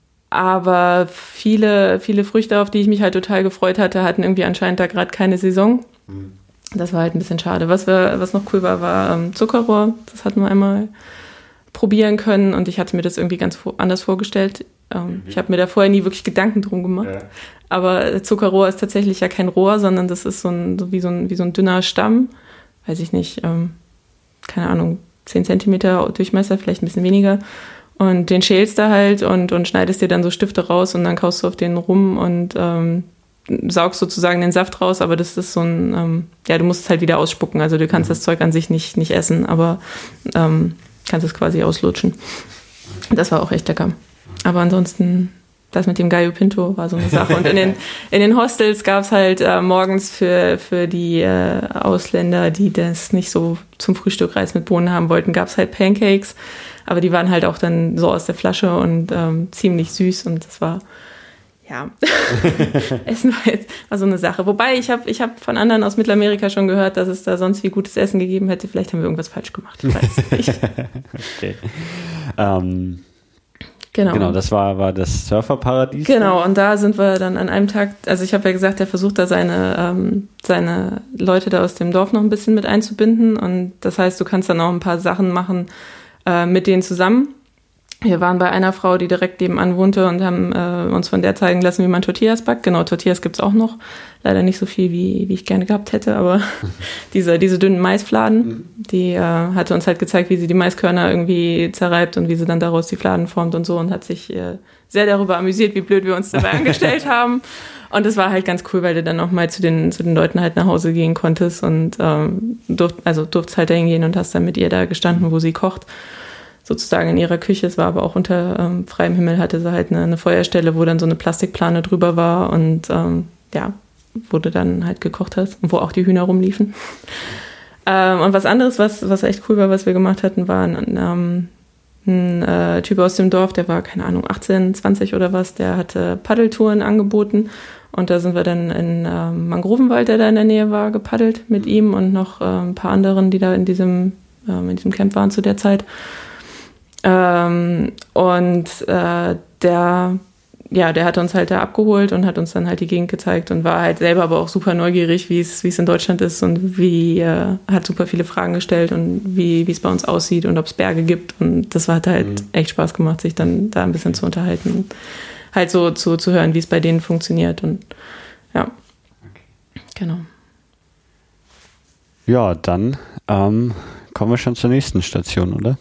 aber viele, viele Früchte, auf die ich mich halt total gefreut hatte, hatten irgendwie anscheinend da gerade keine Saison. Mhm. Das war halt ein bisschen schade. Was, wir, was noch cool war, war ähm, Zuckerrohr. Das hatten wir einmal probieren können und ich hatte mir das irgendwie ganz anders vorgestellt. Ähm, mhm. Ich habe mir da vorher nie wirklich Gedanken drum gemacht. Ja. Aber Zuckerrohr ist tatsächlich ja kein Rohr, sondern das ist so, ein, so, wie, so ein wie so ein dünner Stamm. Weiß ich nicht, ähm, keine Ahnung, zehn Zentimeter Durchmesser, vielleicht ein bisschen weniger. Und den schälst du halt und, und schneidest dir dann so Stifte raus und dann kaust du auf den rum und ähm, saugst sozusagen den Saft raus, aber das ist so ein, ähm, ja, du musst es halt wieder ausspucken, also du kannst mhm. das Zeug an sich nicht, nicht essen, aber ähm, kannst es quasi auslutschen. Das war auch echt lecker. Aber ansonsten, das mit dem Gallo Pinto war so eine Sache. Und in den, in den Hostels gab es halt äh, morgens für, für die äh, Ausländer, die das nicht so zum Frühstück Reis mit Bohnen haben wollten, gab es halt Pancakes, aber die waren halt auch dann so aus der Flasche und ähm, ziemlich süß und das war ja, Essen war jetzt war so eine Sache. Wobei, ich habe ich hab von anderen aus Mittelamerika schon gehört, dass es da sonst wie gutes Essen gegeben hätte. Vielleicht haben wir irgendwas falsch gemacht, ich weiß es nicht. Okay. Ähm, genau. Genau, das war, war das Surferparadies. Genau, und da sind wir dann an einem Tag, also ich habe ja gesagt, der versucht da seine, ähm, seine Leute da aus dem Dorf noch ein bisschen mit einzubinden. Und das heißt, du kannst dann auch ein paar Sachen machen äh, mit denen zusammen. Wir waren bei einer Frau, die direkt nebenan wohnte und haben äh, uns von der zeigen lassen, wie man Tortillas backt. Genau, Tortillas gibt's auch noch. Leider nicht so viel, wie, wie ich gerne gehabt hätte, aber diese, diese dünnen Maisfladen, die äh, hatte uns halt gezeigt, wie sie die Maiskörner irgendwie zerreibt und wie sie dann daraus die Fladen formt und so und hat sich äh, sehr darüber amüsiert, wie blöd wir uns dabei angestellt haben. Und es war halt ganz cool, weil du dann auch mal zu den, zu den Leuten halt nach Hause gehen konntest und ähm, durft, also durftest halt da hingehen und hast dann mit ihr da gestanden, wo sie kocht. Sozusagen in ihrer Küche, es war aber auch unter ähm, freiem Himmel, hatte sie halt eine, eine Feuerstelle, wo dann so eine Plastikplane drüber war und ähm, ja, wo du dann halt gekocht hast und wo auch die Hühner rumliefen. ähm, und was anderes, was, was echt cool war, was wir gemacht hatten, war ein, ähm, ein äh, Typ aus dem Dorf, der war, keine Ahnung, achtzehn, zwanzig oder was, der hatte Paddeltouren angeboten und da sind wir dann in ähm, Mangrovenwald, der da in der Nähe war, gepaddelt mit ihm und noch äh, ein paar anderen, die da in diesem, ähm, in diesem Camp waren zu der Zeit. Ähm, und äh, der, ja, der hat uns halt da abgeholt und hat uns dann halt die Gegend gezeigt und war halt selber aber auch super neugierig, wie es wie es in Deutschland ist und wie, äh, hat super viele Fragen gestellt und wie wie es bei uns aussieht und ob es Berge gibt und das hat halt mhm. echt Spaß gemacht, sich dann da ein bisschen zu unterhalten und halt so zu, zu hören, wie es bei denen funktioniert und ja, okay. Genau. Ja, dann ähm, kommen wir schon zur nächsten Station, oder?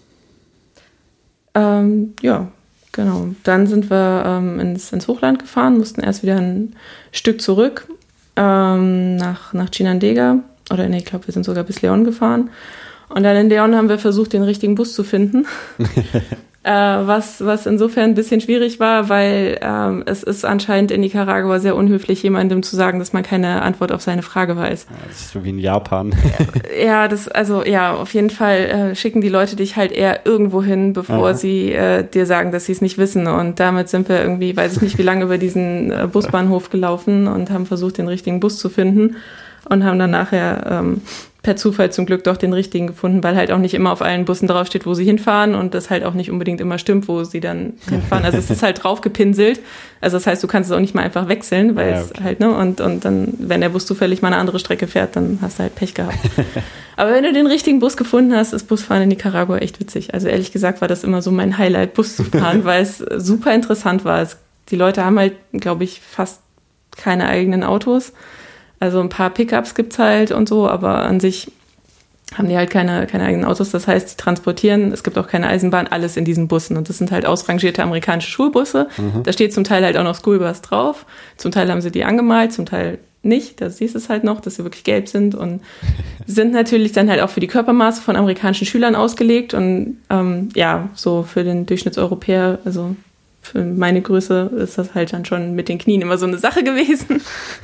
Ähm, ja, genau. Dann sind wir ähm, ins, ins Hochland gefahren, mussten erst wieder ein Stück zurück ähm, nach, nach Chinandega. Oder nee, ich glaube, wir sind sogar bis León gefahren. Und dann in León haben wir versucht, den richtigen Bus zu finden. Äh, was, was insofern ein bisschen schwierig war, weil ähm, es ist anscheinend in Nicaragua sehr unhöflich, jemandem zu sagen, dass man keine Antwort auf seine Frage weiß. Ja, das ist so wie in Japan. Ja, das, also ja, auf jeden Fall äh, schicken die Leute dich halt eher irgendwo hin, bevor Aha. sie äh, dir sagen, dass sie es nicht wissen. Und damit sind wir irgendwie, weiß ich nicht, wie lange über diesen äh, Busbahnhof gelaufen und haben versucht, den richtigen Bus zu finden und haben dann nachher ähm, per Zufall zum Glück doch den richtigen gefunden, weil halt auch nicht immer auf allen Bussen draufsteht, wo sie hinfahren und das halt auch nicht unbedingt immer stimmt, wo sie dann hinfahren. Also es ist halt drauf gepinselt. Also das heißt, du kannst es auch nicht mal einfach wechseln, weil ja, okay. es halt, ne, und, und dann, wenn der Bus zufällig mal eine andere Strecke fährt, dann hast du halt Pech gehabt. Aber wenn du den richtigen Bus gefunden hast, ist Busfahren in Nicaragua echt witzig. Also ehrlich gesagt war das immer so mein Highlight, Bus zu fahren, weil es super interessant war. Es, die Leute haben halt, glaube ich, fast keine eigenen Autos. Also ein paar Pickups gibt's halt und so, aber an sich haben die halt keine, keine eigenen Autos. Das heißt, die transportieren, es gibt auch keine Eisenbahn, alles in diesen Bussen. Und das sind halt ausrangierte amerikanische Schulbusse. Mhm. Da steht zum Teil halt auch noch Schoolbus drauf. Zum Teil haben sie die angemalt, zum Teil nicht. Da siehst du es halt noch, dass sie wirklich gelb sind. Und sind natürlich dann halt auch für die Körpermaße von amerikanischen Schülern ausgelegt. Und ähm, ja, so für den Durchschnittseuropäer, also für meine Größe ist das halt dann schon mit den Knien immer so eine Sache gewesen.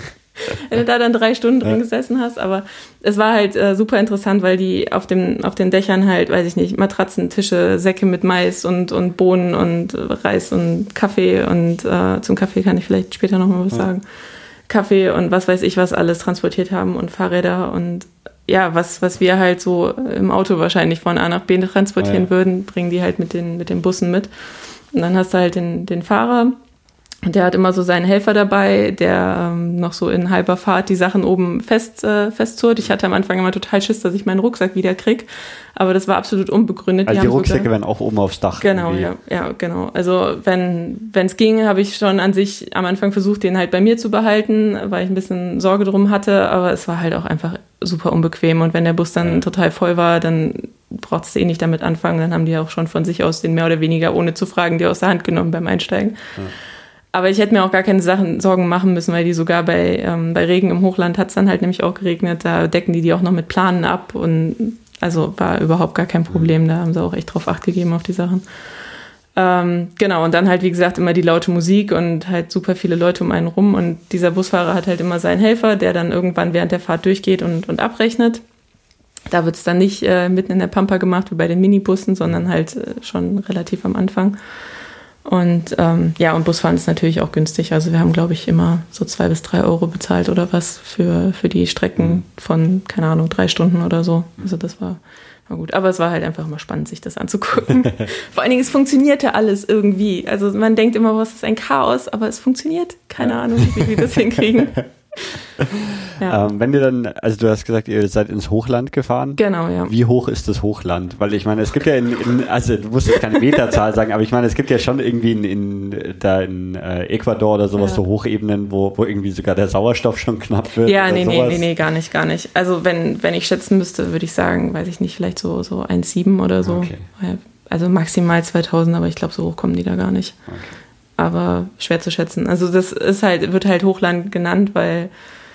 Wenn du da dann drei Stunden drin gesessen hast, aber es war halt äh, super interessant, weil die auf dem auf den Dächern halt, weiß ich nicht, Matratzen, Tische, Säcke mit Mais und und Bohnen und Reis und Kaffee und äh, zum Kaffee kann ich vielleicht später noch mal was sagen. Kaffee und was weiß ich was alles transportiert haben und Fahrräder und ja, was was wir halt so im Auto wahrscheinlich von A nach B transportieren ja, ja. würden, bringen die halt mit den mit den Bussen mit. Und dann hast du halt den den Fahrer. Und der hat immer so seinen Helfer dabei, der ähm, noch so in halber Fahrt die Sachen oben fest äh, festzurrt. Ich hatte am Anfang immer total Schiss, dass ich meinen Rucksack wieder krieg. Aber das war absolut unbegründet. Also die, die Rucksäcke sogar, werden auch oben aufs Dach. Genau, ja, ja, genau. Also wenn wenn es ging, habe ich schon an sich am Anfang versucht, den halt bei mir zu behalten, weil ich ein bisschen Sorge drum hatte. Aber es war halt auch einfach super unbequem. Und wenn der Bus dann ja. total voll war, dann brauchst du eh nicht damit anfangen. Dann haben die auch schon von sich aus den mehr oder weniger, ohne zu fragen, die aus der Hand genommen beim Einsteigen. Ja. Aber ich hätte mir auch gar keine Sachen Sorgen machen müssen, weil die sogar bei ähm, bei Regen im Hochland hat es dann halt nämlich auch geregnet. Da decken die die auch noch mit Planen ab und also war überhaupt gar kein Problem. Da haben sie auch echt drauf Acht gegeben auf die Sachen. Ähm, genau, und dann halt, wie gesagt, immer die laute Musik und halt super viele Leute um einen rum. Und dieser Busfahrer hat halt immer seinen Helfer, der dann irgendwann während der Fahrt durchgeht und, und abrechnet. Da wird es dann nicht äh, mitten in der Pampa gemacht wie bei den Minibussen, sondern halt äh, schon relativ am Anfang. Und ähm, ja, und Busfahren ist natürlich auch günstig. Also wir haben, glaube ich, immer so zwei bis drei Euro bezahlt oder was für, für die Strecken von, keine Ahnung, drei Stunden oder so. Also das war, war gut. Aber es war halt einfach mal spannend, sich das anzugucken. Vor allen Dingen, es funktionierte alles irgendwie. Also man denkt immer, was ist ein Chaos, aber es funktioniert. Keine ja. Ahnung, wie wir das hinkriegen. Ja. Ähm, wenn ihr dann, also du hast gesagt, ihr seid ins Hochland gefahren. Genau, ja. Wie hoch ist das Hochland? Weil ich meine, es gibt ja in, in also du musst jetzt keine Meterzahl sagen, aber ich meine, es gibt ja schon irgendwie in, in da in äh, Ecuador oder sowas ja. so Hochebenen, wo, wo irgendwie sogar der Sauerstoff schon knapp wird. Ja, oder nee, sowas. nee, nee, nee, gar nicht, gar nicht. Also wenn, wenn ich schätzen müsste, würde ich sagen, weiß ich nicht, vielleicht so, so eins Komma sieben oder so. Okay. Also maximal zweitausend, aber ich glaube, so hoch kommen die da gar nicht. Okay. Aber schwer zu schätzen. Also das ist halt, wird halt Hochland genannt, weil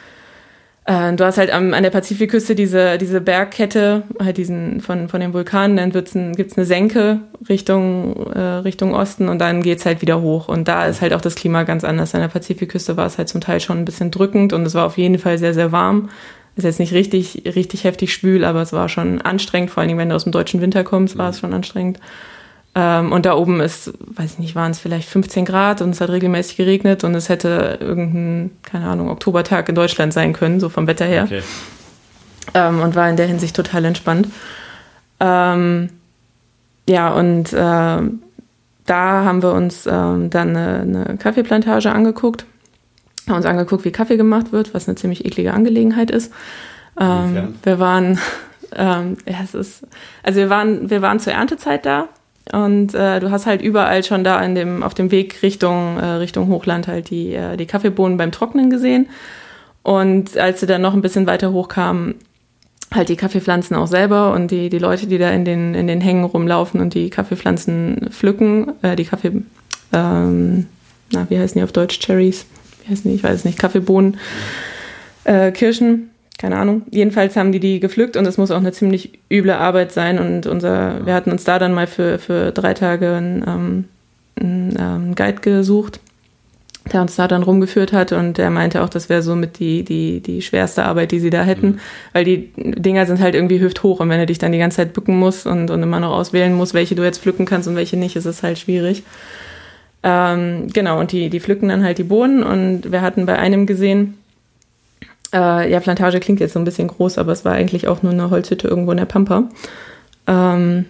du hast halt am, an der Pazifikküste diese, diese Bergkette, halt diesen von, von den Vulkanen, dann wird's ein, gibt's eine Senke Richtung, äh, Richtung Osten und dann geht's halt wieder hoch. Und da ist halt auch das Klima ganz anders. An der Pazifikküste war es halt zum Teil schon ein bisschen drückend und es war auf jeden Fall sehr, sehr warm. Ist jetzt nicht richtig, richtig heftig schwül, aber es war schon anstrengend, vor allen Dingen, wenn du aus dem deutschen Winter kommst, war es schon anstrengend. Ähm, und da oben ist, weiß ich nicht, waren es vielleicht fünfzehn Grad und es hat regelmäßig geregnet und es hätte irgendein, keine Ahnung, Oktobertag in Deutschland sein können, so vom Wetter her. Okay. Ähm, und war in der Hinsicht total entspannt. Ähm, ja, und äh, da haben wir uns ähm, dann eine, eine Kaffeeplantage angeguckt. Haben uns angeguckt, wie Kaffee gemacht wird, was eine ziemlich eklige Angelegenheit ist. Ähm, wir waren, ähm, ja, es ist, also wir waren, wir waren zur Erntezeit da. Und äh, du hast halt überall schon da in dem, auf dem Weg Richtung, äh, Richtung Hochland halt die, äh, die Kaffeebohnen beim Trocknen gesehen. Und als sie dann noch ein bisschen weiter hochkamen, halt die Kaffeepflanzen auch selber und die, die Leute, die da in den, in den Hängen rumlaufen und die Kaffeepflanzen pflücken, äh, die Kaffee, ähm, na, wie heißen die auf Deutsch? Cherries? Wie heißen die? Ich weiß es nicht. Kaffeebohnen, äh, Kirschen. keine Ahnung. Jedenfalls haben die die gepflückt und es muss auch eine ziemlich üble Arbeit sein. Und unser, wir hatten uns da dann mal für, für drei Tage einen, ähm, einen ähm, Guide gesucht, der uns da dann rumgeführt hat, und der meinte auch, das wäre so mit die, die, die schwerste Arbeit, die sie da hätten, mhm. weil die Dinger sind halt irgendwie hüfthoch, und wenn du dich dann die ganze Zeit bücken musst und, und immer noch auswählen musst, welche du jetzt pflücken kannst und welche nicht, ist es halt schwierig. Ähm, genau, und die, die pflücken dann halt die Bohnen, und wir hatten bei einem gesehen, äh, ja, Plantage klingt jetzt so ein bisschen groß, aber es war eigentlich auch nur eine Holzhütte irgendwo in der Pampa. Ähm,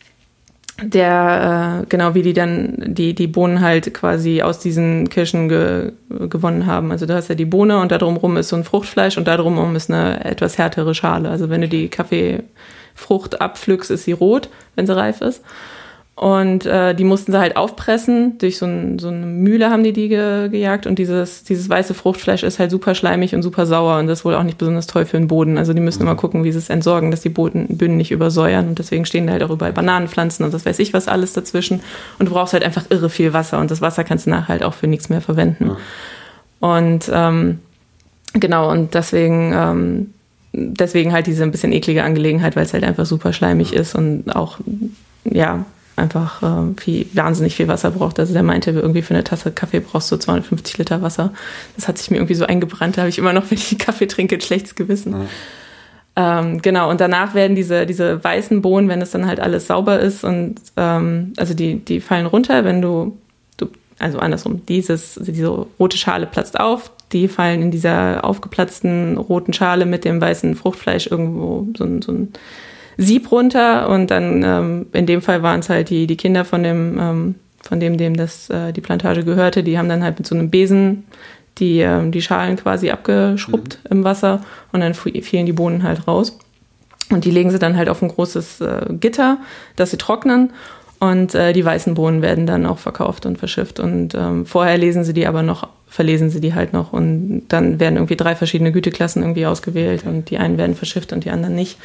der, äh, genau, wie die dann die, die Bohnen halt quasi aus diesen Kirschen ge, gewonnen haben. Also du hast ja die Bohne, und da drumherum ist so ein Fruchtfleisch, und da drumherum ist eine etwas härtere Schale. Also wenn du die Kaffeefrucht abpflückst, ist sie rot, wenn sie reif ist. Und äh, die mussten sie halt aufpressen, durch so, ein, so eine Mühle haben die die ge, gejagt, und dieses, dieses weiße Fruchtfleisch ist halt super schleimig und super sauer, und das ist wohl auch nicht besonders toll für den Boden. Also die müssen immer gucken, wie sie es entsorgen, dass die Boden, Böden nicht übersäuern, und deswegen stehen da halt auch überall Bananenpflanzen und das weiß ich was alles dazwischen, und du brauchst halt einfach irre viel Wasser, und das Wasser kannst du nachher halt auch für nichts mehr verwenden. Ja. Und ähm, genau, und deswegen ähm, deswegen halt diese ein bisschen eklige Angelegenheit, weil es halt einfach super schleimig ja. ist und auch, ja, einfach äh, viel, wahnsinnig viel Wasser braucht. Also der meinte, irgendwie für eine Tasse Kaffee brauchst du zweihundertfünfzig Liter Wasser. Das hat sich mir irgendwie so eingebrannt. Da habe ich immer noch, wenn ich Kaffee trinke, ein schlechtes Gewissen. Mhm. Ähm, genau, und danach werden diese, diese weißen Bohnen, wenn es dann halt alles sauber ist, und ähm, also die, die fallen runter, wenn du, du also andersrum, dieses, diese rote Schale platzt auf, die fallen in dieser aufgeplatzten roten Schale mit dem weißen Fruchtfleisch irgendwo so ein, so ein Sieb runter, und dann ähm, in dem Fall waren es halt die die Kinder von dem ähm, von dem dem das äh, die Plantage gehörte, die haben dann halt mit so einem Besen die ähm, die Schalen quasi abgeschrubbt mhm. im Wasser, und dann fielen die Bohnen halt raus, und die legen sie dann halt auf ein großes äh, Gitter, dass sie trocknen, und äh, die weißen Bohnen werden dann auch verkauft und verschifft, und ähm, vorher lesen sie die aber noch verlesen sie die halt noch, und dann werden irgendwie drei verschiedene Güteklassen irgendwie ausgewählt, und die einen werden verschifft und die anderen nicht.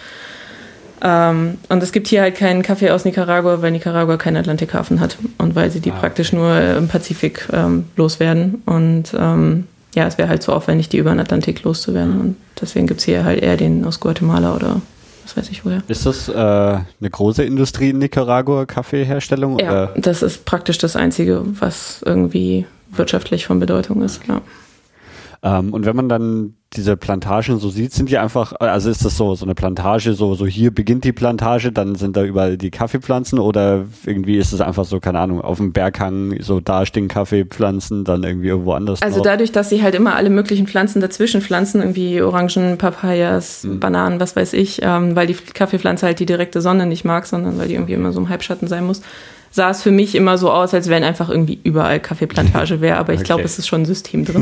Ähm, und es gibt hier halt keinen Kaffee aus Nicaragua, weil Nicaragua keinen Atlantikhafen hat, und weil sie die ah, okay. praktisch nur im Pazifik ähm, loswerden. Und ähm, ja, es wäre halt so aufwendig, die über den Atlantik loszuwerden. Mhm. Und deswegen gibt es hier halt eher den aus Guatemala oder was weiß ich woher. Ist das äh, eine große Industrie in Nicaragua, Kaffeeherstellung? Ja, oder? Das ist praktisch das Einzige, was irgendwie wirtschaftlich von Bedeutung ist, ja. Ähm, und wenn man dann diese Plantagen so sieht, sind die einfach, also ist das so so eine Plantage, so so hier beginnt die Plantage, dann sind da überall die Kaffeepflanzen, oder irgendwie ist es einfach so, keine Ahnung, auf dem Berghang, so da stehen Kaffeepflanzen, dann irgendwie irgendwo anders Also noch. Dadurch, dass sie halt immer alle möglichen Pflanzen dazwischen pflanzen, irgendwie Orangen, Papayas, hm. Bananen, was weiß ich, ähm, weil die Kaffeepflanze halt die direkte Sonne nicht mag, sondern weil die irgendwie immer so im Halbschatten sein muss, sah es für mich immer so aus, als wenn einfach irgendwie überall Kaffeeplantage wäre, aber ich okay. glaube, es ist schon ein System drin.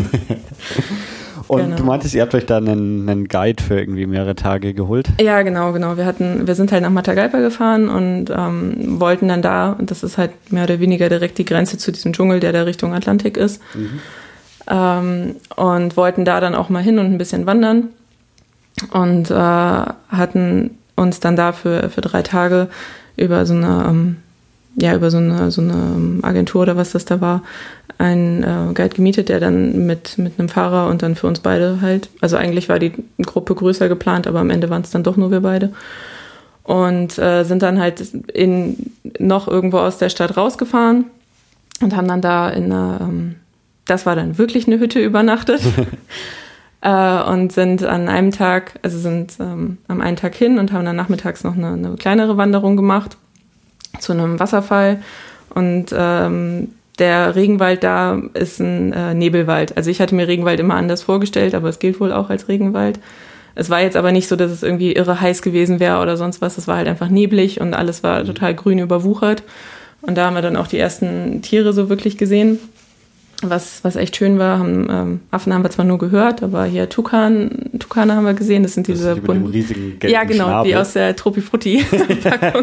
Und genau. Du meintest, ihr habt euch da einen, einen Guide für irgendwie mehrere Tage geholt? Ja, genau, genau. Wir hatten, wir sind halt nach Matagalpa gefahren und ähm, wollten dann da, und das ist halt mehr oder weniger direkt die Grenze zu diesem Dschungel, der da Richtung Atlantik ist, mhm. ähm, und wollten da dann auch mal hin und ein bisschen wandern, und äh, hatten uns dann da für, für drei Tage über so eine ähm, ja, über so eine, so eine Agentur oder was das da war, einen äh, Guide gemietet, der dann mit, mit einem Fahrer und dann für uns beide halt, also eigentlich war die Gruppe größer geplant, aber am Ende waren es dann doch nur wir beide. Und äh, sind dann halt in, noch irgendwo aus der Stadt rausgefahren und haben dann da in einer, ähm, das war dann wirklich eine Hütte übernachtet. äh, und sind an einem Tag, also sind ähm, am einen Tag hin und haben dann nachmittags noch eine, eine kleinere Wanderung gemacht zu einem Wasserfall, und ähm, der Regenwald da ist ein äh, Nebelwald. Also ich hatte mir Regenwald immer anders vorgestellt, aber es gilt wohl auch als Regenwald. Es war jetzt aber nicht so, dass es irgendwie irre heiß gewesen wäre oder sonst was. Es war halt einfach neblig und alles war total grün überwuchert. Und da haben wir dann auch die ersten Tiere so wirklich gesehen, was, was echt schön war. Haben, ähm, Affen haben wir zwar nur gehört, aber hier Tukan, Tukane haben wir gesehen. Das sind diese das die mit dem riesigen gelben Ja, genau, Schnabel. Die aus der Tropifrutti-Packung.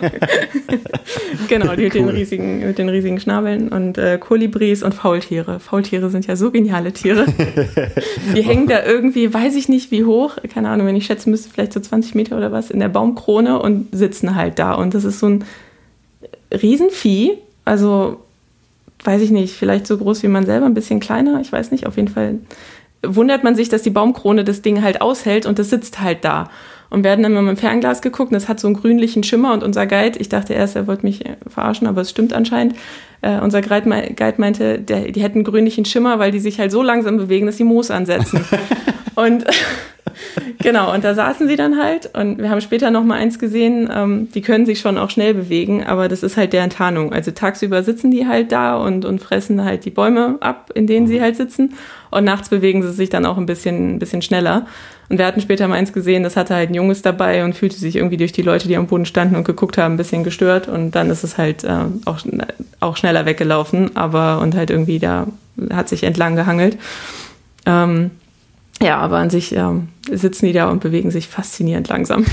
Genau, die mit, cool. den riesigen, mit den riesigen Schnabeln, und äh, Kolibris und Faultiere. Faultiere sind ja so geniale Tiere. Die hängen da irgendwie, weiß ich nicht wie hoch, keine Ahnung, wenn ich schätzen müsste, vielleicht so zwanzig Meter oder was, in der Baumkrone und sitzen halt da. Und das ist so ein Riesenvieh, also weiß ich nicht, vielleicht so groß wie man selber, ein bisschen kleiner, ich weiß nicht, auf jeden Fall wundert man sich, dass die Baumkrone das Ding halt aushält und das sitzt halt da. Und wir hatten dann mal mit dem Fernglas geguckt und es hat so einen grünlichen Schimmer und unser Guide, ich dachte erst, er wollte mich verarschen, aber es stimmt anscheinend, äh, unser Guide, Guide meinte, der, die hätten einen grünlichen Schimmer, weil die sich halt so langsam bewegen, dass sie Moos ansetzen. Und genau, und da saßen sie dann halt und wir haben später noch mal eins gesehen, ähm, die können sich schon auch schnell bewegen, aber das ist halt deren Tarnung. Also tagsüber sitzen die halt da und, und fressen halt die Bäume ab, in denen sie halt sitzen und nachts bewegen sie sich dann auch ein bisschen, ein bisschen schneller. Und wir hatten später mal eins gesehen, das hatte halt ein Junges dabei und fühlte sich irgendwie durch die Leute, die am Boden standen und geguckt haben, ein bisschen gestört und dann ist es halt äh, auch, auch schneller weggelaufen, aber und halt irgendwie da hat sich entlang gehangelt. Ähm, Ja, aber an sich ähm, sitzen die da und bewegen sich faszinierend langsam.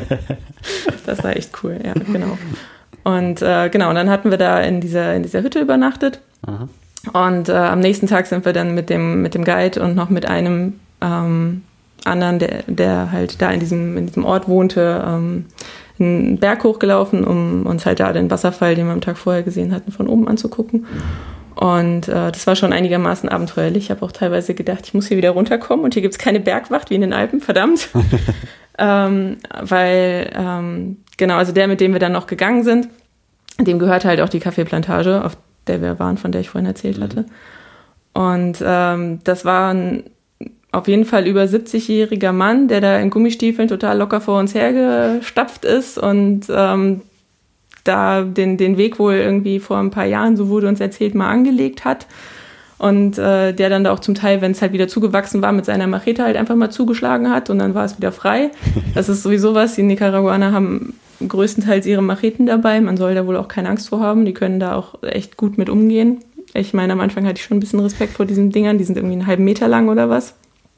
Das war echt cool, ja, genau. Und äh, genau, und dann hatten wir da in dieser, in dieser Hütte übernachtet. Aha. Und äh, am nächsten Tag sind wir dann mit dem, mit dem Guide und noch mit einem ähm, anderen, der, der halt da in diesem, in diesem Ort wohnte, ähm, einen Berg hochgelaufen, um uns halt da den Wasserfall, den wir am Tag vorher gesehen hatten, von oben anzugucken. Und äh, das war schon einigermaßen abenteuerlich. Ich habe auch teilweise gedacht, ich muss hier wieder runterkommen und hier gibt es keine Bergwacht wie in den Alpen, verdammt. ähm, weil, ähm, genau, also der, mit dem wir dann noch gegangen sind, dem gehört halt auch die Kaffeeplantage, auf der wir waren, von der ich vorhin erzählt mhm. hatte. Und ähm, das war ein auf jeden Fall über siebzigjähriger Mann, der da in Gummistiefeln total locker vor uns hergestapft ist und ähm, da den, den Weg wohl irgendwie vor ein paar Jahren, so wurde uns erzählt, mal angelegt hat. Und äh, der dann da auch zum Teil, wenn es halt wieder zugewachsen war, mit seiner Machete halt einfach mal zugeschlagen hat und dann war es wieder frei. Das ist sowieso was, die Nicaraguaner haben größtenteils ihre Macheten dabei. Man soll da wohl auch keine Angst vor haben. Die können da auch echt gut mit umgehen. Ich meine, am Anfang hatte ich schon ein bisschen Respekt vor diesen Dingern. Die sind irgendwie einen halben Meter lang oder was.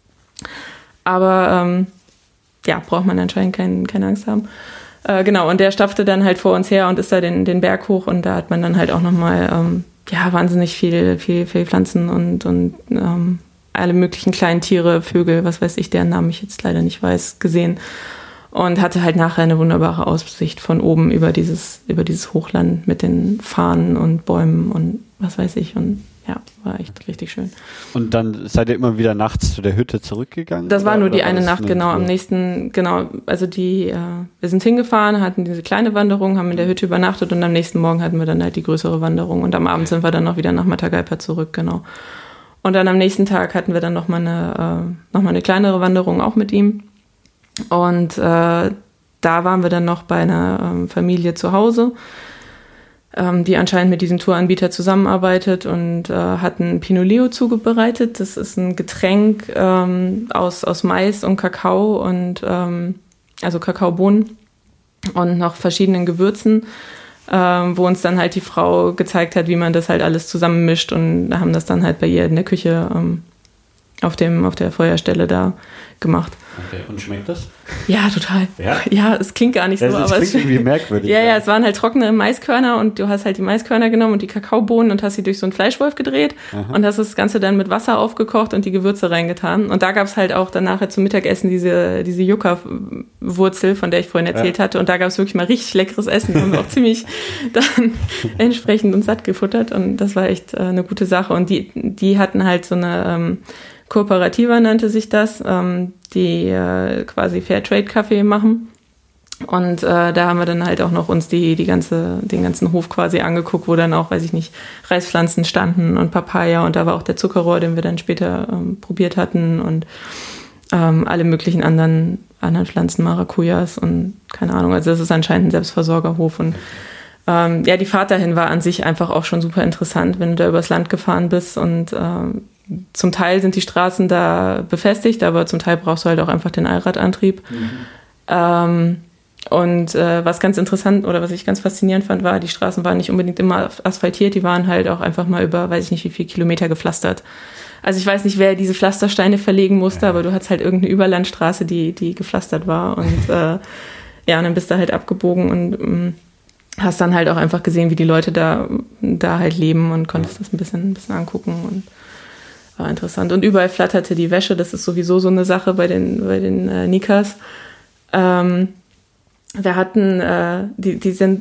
Aber ähm, ja, braucht man anscheinend kein, keine Angst haben. Äh, genau, und der stapfte dann halt vor uns her und ist da den, den Berg hoch und da hat man dann halt auch nochmal ähm, ja, wahnsinnig viel, viel, viel Pflanzen und, und ähm, alle möglichen kleinen Tiere, Vögel, was weiß ich, deren Namen ich jetzt leider nicht weiß, gesehen. Und hatte halt nachher eine wunderbare Aussicht von oben über dieses, über dieses Hochland mit den Farnen und Bäumen und was weiß ich. Und ja, war echt richtig schön. Und dann seid ihr immer wieder nachts zu der Hütte zurückgegangen? Das war nur die eine Nacht, genau. Am nächsten, genau, also die, äh, wir sind hingefahren, hatten diese kleine Wanderung, haben in der Hütte übernachtet und am nächsten Morgen hatten wir dann halt die größere Wanderung und am Abend sind wir dann noch wieder nach Matagalpa zurück, genau. Und dann am nächsten Tag hatten wir dann nochmal eine, äh, noch mal eine kleinere Wanderung auch mit ihm. Und äh, da waren wir dann noch bei einer ähm, Familie zu Hause, ähm, die anscheinend mit diesem Touranbieter zusammenarbeitet und äh, hatten Pinolillo zubereitet. Das ist ein Getränk ähm, aus, aus Mais und Kakao und ähm, also Kakaobohnen und noch verschiedenen Gewürzen, ähm, wo uns dann halt die Frau gezeigt hat, wie man das halt alles zusammenmischt und haben das dann halt bei ihr in der Küche ähm, auf dem auf der Feuerstelle da gemacht. Okay, und schmeckt das? Ja, total. Ja, ja es klingt gar nicht so. Das, das aber klingt es, irgendwie merkwürdig. Ja, ja, es waren halt trockene Maiskörner und du hast halt die Maiskörner genommen und die Kakaobohnen und hast sie durch so einen Fleischwolf gedreht. Aha. Und hast das Ganze dann mit Wasser aufgekocht und die Gewürze reingetan. Und da gab es halt auch dann nachher zum Mittagessen diese, diese Yucca-Wurzel, von der ich vorhin erzählt ja. hatte. Und da gab es wirklich mal richtig leckeres Essen. Und auch ziemlich dann entsprechend und satt gefuttert. Und das war echt äh, eine gute Sache. Und die, die hatten halt so eine ähm, Kooperativa nannte sich das, ähm, die äh, quasi Fairtrade-Kaffee machen. Und äh, da haben wir dann halt auch noch uns die, die ganze, den ganzen Hof quasi angeguckt, wo dann auch, weiß ich nicht, Reispflanzen standen und Papaya und da war auch der Zuckerrohr, den wir dann später ähm, probiert hatten und ähm, alle möglichen anderen, anderen Pflanzen, Maracujas und keine Ahnung. Also das ist anscheinend ein Selbstversorgerhof und ähm, ja, die Fahrt dahin war an sich einfach auch schon super interessant, wenn du da übers Land gefahren bist und ähm, zum Teil sind die Straßen da befestigt, aber zum Teil brauchst du halt auch einfach den Allradantrieb. Mhm. Ähm, und äh, was ganz interessant oder was ich ganz faszinierend fand, war, die Straßen waren nicht unbedingt immer asphaltiert, die waren halt auch einfach mal über, weiß ich nicht wie viele Kilometer gepflastert. Also ich weiß nicht, wer diese Pflastersteine verlegen musste, ja. aber du hattest halt irgendeine Überlandstraße, die, die gepflastert war und äh, ja, und dann bist du halt abgebogen und ähm, hast dann halt auch einfach gesehen, wie die Leute da, da halt leben und konntest das ein bisschen, ein bisschen angucken und war interessant. Und überall flatterte die Wäsche. Das ist sowieso so eine Sache bei den, bei den äh, Nikas. Ähm, wir hatten, äh, die, die sind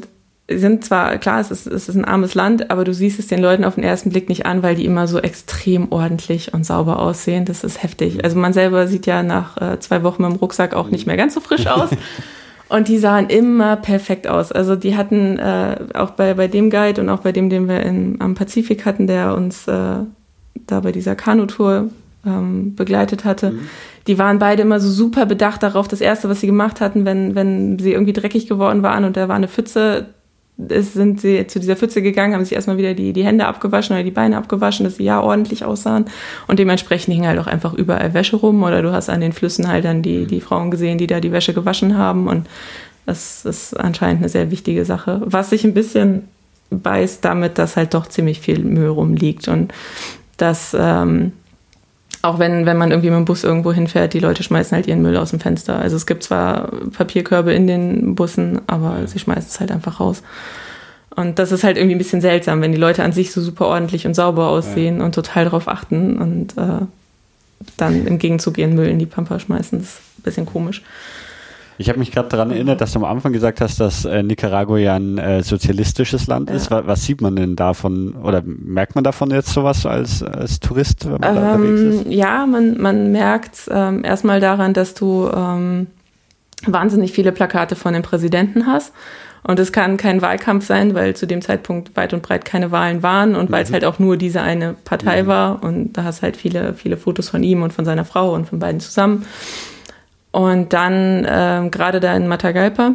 sind zwar, klar, es ist, es ist ein armes Land, aber du siehst es den Leuten auf den ersten Blick nicht an, weil die immer so extrem ordentlich und sauber aussehen. Das ist heftig. Also man selber sieht ja nach äh, zwei Wochen mit dem Rucksack auch nicht mehr ganz so frisch aus. Und die sahen immer perfekt aus. Also die hatten äh, auch bei, bei dem Guide und auch bei dem, den wir in, am Pazifik hatten, der uns äh, da bei dieser Kanutour ähm, begleitet hatte, mhm. die waren beide immer so super bedacht darauf. Das Erste, was sie gemacht hatten, wenn, wenn sie irgendwie dreckig geworden waren und da war eine Pfütze, ist, sind sie zu dieser Pfütze gegangen, haben sich erstmal wieder die, die Hände abgewaschen oder die Beine abgewaschen, dass sie ja ordentlich aussahen. Und dementsprechend hing halt auch einfach überall Wäsche rum. Oder du hast an den Flüssen halt dann die, die Frauen gesehen, die da die Wäsche gewaschen haben. Und das ist anscheinend eine sehr wichtige Sache. Was sich ein bisschen beißt damit, dass halt doch ziemlich viel Müll rumliegt. Und dass ähm, auch wenn, wenn man irgendwie mit dem Bus irgendwo hinfährt, die Leute schmeißen halt ihren Müll aus dem Fenster. Also es gibt zwar Papierkörbe in den Bussen, aber ja. sie schmeißen es halt einfach raus. Und das ist halt irgendwie ein bisschen seltsam, wenn die Leute an sich so super ordentlich und sauber aussehen ja. und total darauf achten und äh, dann im Gegenzug ihren Müll in die Pampa schmeißen. Das ist ein bisschen komisch. Ich habe mich gerade daran erinnert, dass du am Anfang gesagt hast, dass äh, Nicaragua ja ein äh, sozialistisches Land ja. ist. Was, was sieht man denn davon oder merkt man davon jetzt sowas als, als Tourist, wenn man ähm, da unterwegs ist? Ja, man, man merkt ähm, erstmal daran, dass du ähm, wahnsinnig viele Plakate von dem Präsidenten hast. Und es kann kein Wahlkampf sein, weil zu dem Zeitpunkt weit und breit keine Wahlen waren und mhm. weil es halt auch nur diese eine Partei mhm. war. Und da hast halt viele, viele Fotos von ihm und von seiner Frau und von beiden zusammen. Und dann, ähm, gerade da in Matagalpa,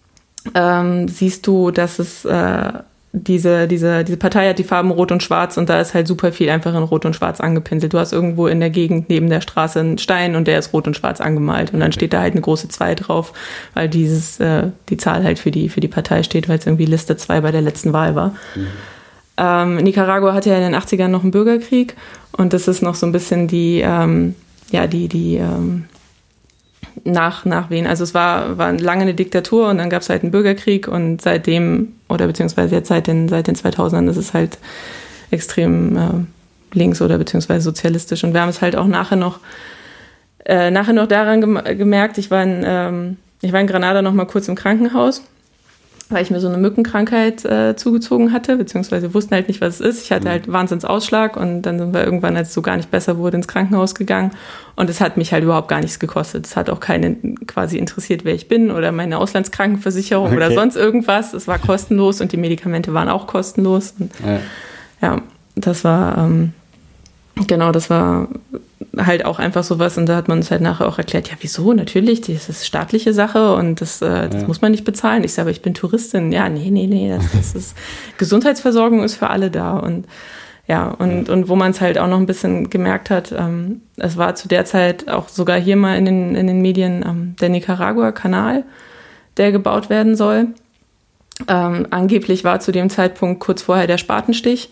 ähm, siehst du, dass es äh, diese, diese, diese Partei hat die Farben Rot und Schwarz und da ist halt super viel einfach in Rot und Schwarz angepinselt. Du hast irgendwo in der Gegend neben der Straße einen Stein und der ist rot und schwarz angemalt und dann steht da halt eine große zwei drauf, weil dieses, äh, die Zahl halt für die, für die Partei steht, weil es irgendwie Liste zwei bei der letzten Wahl war. Mhm. Ähm, Nicaragua hatte ja in den achtzigern noch einen Bürgerkrieg und das ist noch so ein bisschen die, ähm, ja, die, die, ähm, nach, nach wen. Also es war, war lange eine Diktatur und dann gab es halt einen Bürgerkrieg und seitdem, oder beziehungsweise jetzt seit den, seit den zweitausendern ist es halt extrem äh, links oder beziehungsweise sozialistisch. Und wir haben es halt auch nachher noch, äh, nachher noch daran gem- gemerkt, ich war in, ähm, ich war in Granada noch mal kurz im Krankenhaus, weil ich mir so eine Mückenkrankheit äh, zugezogen hatte, beziehungsweise wir wussten halt nicht, was es ist. Ich hatte halt Wahnsinnsausschlag und dann sind wir irgendwann, als es so gar nicht besser wurde, ins Krankenhaus gegangen und es hat mich halt überhaupt gar nichts gekostet. Es hat auch keinen quasi interessiert, wer ich bin oder meine Auslandskrankenversicherung okay. oder sonst irgendwas. Es war kostenlos und die Medikamente waren auch kostenlos. Und ja. ja, das war, ähm, genau, das war halt auch einfach sowas und da hat man uns halt nachher auch erklärt, ja wieso, natürlich, das ist staatliche Sache und das, äh, das ja. muss man nicht bezahlen. Ich sage, aber ich bin Touristin. Ja, nee, nee, nee, das, das ist, Gesundheitsversorgung ist für alle da und ja, und, ja. und wo man es halt auch noch ein bisschen gemerkt hat, ähm, es war zu der Zeit auch sogar hier mal in den, in den Medien ähm, der Nicaragua-Kanal, der gebaut werden soll. Ähm, angeblich war zu dem Zeitpunkt kurz vorher der Spatenstich.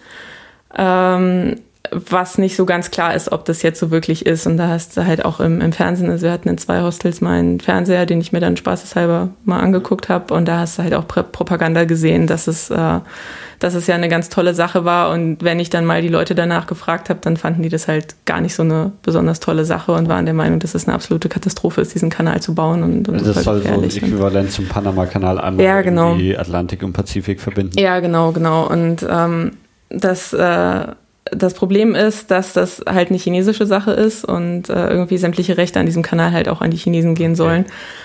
Ähm, was nicht so ganz klar ist, ob das jetzt so wirklich ist. Und da hast du halt auch im, im Fernsehen, also wir hatten in zwei Hostels mal einen Fernseher, den ich mir dann spaßeshalber mal angeguckt habe. Und da hast du halt auch Pr- Propaganda gesehen, dass es, äh, dass es ja eine ganz tolle Sache war. Und wenn ich dann mal die Leute danach gefragt habe, dann fanden die das halt gar nicht so eine besonders tolle Sache und waren der Meinung, dass es eine absolute Katastrophe ist, diesen Kanal zu bauen. Und, und also das soll so ein Äquivalent zum Panama-Kanal einmal ja, genau. die Atlantik und Pazifik verbinden. Ja, genau, genau. Und ähm, das... Äh, Das Problem ist, dass das halt eine chinesische Sache ist und äh, irgendwie sämtliche Rechte an diesem Kanal halt auch an die Chinesen gehen sollen.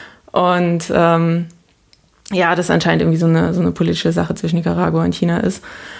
Und ähm, ja, das anscheinend irgendwie so eine, so eine politische Sache zwischen Nicaragua und China ist.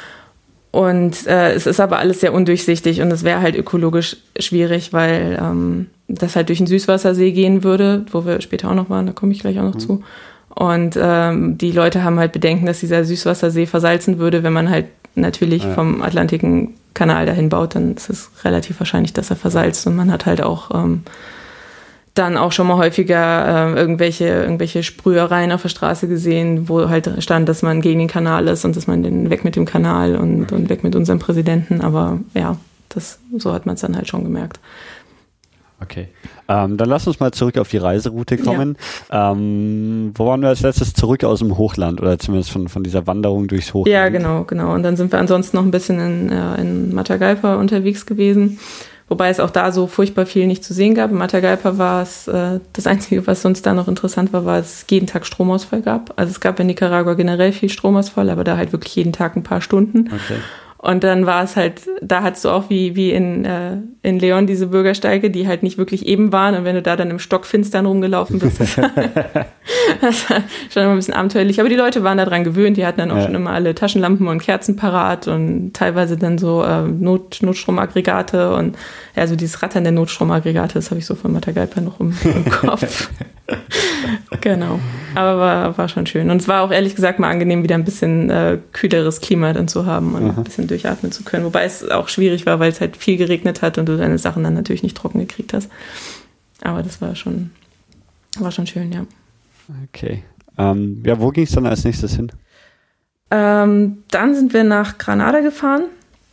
Und äh, es ist aber alles sehr undurchsichtig und es wäre halt ökologisch schwierig, weil ähm, das halt durch einen Süßwassersee gehen würde, wo wir später auch noch waren, da komme ich gleich auch noch mhm. zu. Und ähm, die Leute haben halt Bedenken, dass dieser Süßwassersee versalzen würde, wenn man halt natürlich ja. vom Atlantikkanal dahin baut, dann ist es relativ wahrscheinlich, dass er versalzt. Und man hat halt auch ähm, dann auch schon mal häufiger äh, irgendwelche, irgendwelche Sprühereien auf der Straße gesehen, wo halt stand, dass man gegen den Kanal ist und dass man den weg mit dem Kanal und, und weg mit unserem Präsidenten. Aber ja, das, so hat man es dann halt schon gemerkt. Okay, ähm, dann lass uns mal zurück auf die Reiseroute kommen. Ja. Ähm, wo waren wir als letztes? Zurück aus dem Hochland oder zumindest von, von dieser Wanderung durchs Hochland? Ja, genau, genau. Und dann sind wir ansonsten noch ein bisschen in, äh, in Matagalpa unterwegs gewesen, Wobei es auch da so furchtbar viel nicht zu sehen gab. In Matagalpa war es, äh, das Einzige, was sonst da noch interessant war, war, dass es jeden Tag Stromausfall gab. Also es gab in Nicaragua generell viel Stromausfall, aber da halt wirklich jeden Tag ein paar Stunden. Okay. Und dann war es halt, da hattest du auch wie, wie in, äh, in Leon diese Bürgersteige, die halt nicht wirklich eben waren. Und wenn du da dann im Stockfinstern rumgelaufen bist, das war, das war schon immer ein bisschen abenteuerlich. Aber die Leute waren da dran gewöhnt, die hatten dann auch ja. schon immer alle Taschenlampen und Kerzen parat und teilweise dann so äh, Not, Notstromaggregate und ja, so dieses Rattern der Notstromaggregate, das habe ich so von Matagalpa noch im, im Kopf. Genau. Aber war, war schon schön. Und es war auch ehrlich gesagt mal angenehm, wieder ein bisschen äh, kühleres Klima dann zu haben und Aha. ein bisschen durchatmen zu können. Wobei es auch schwierig war, weil es halt viel geregnet hat und du deine Sachen dann natürlich nicht trocken gekriegt hast. Aber das war schon, war schon schön, ja. Okay. Ähm, ja, wo ging es dann als nächstes hin? Ähm, dann sind wir nach Granada gefahren.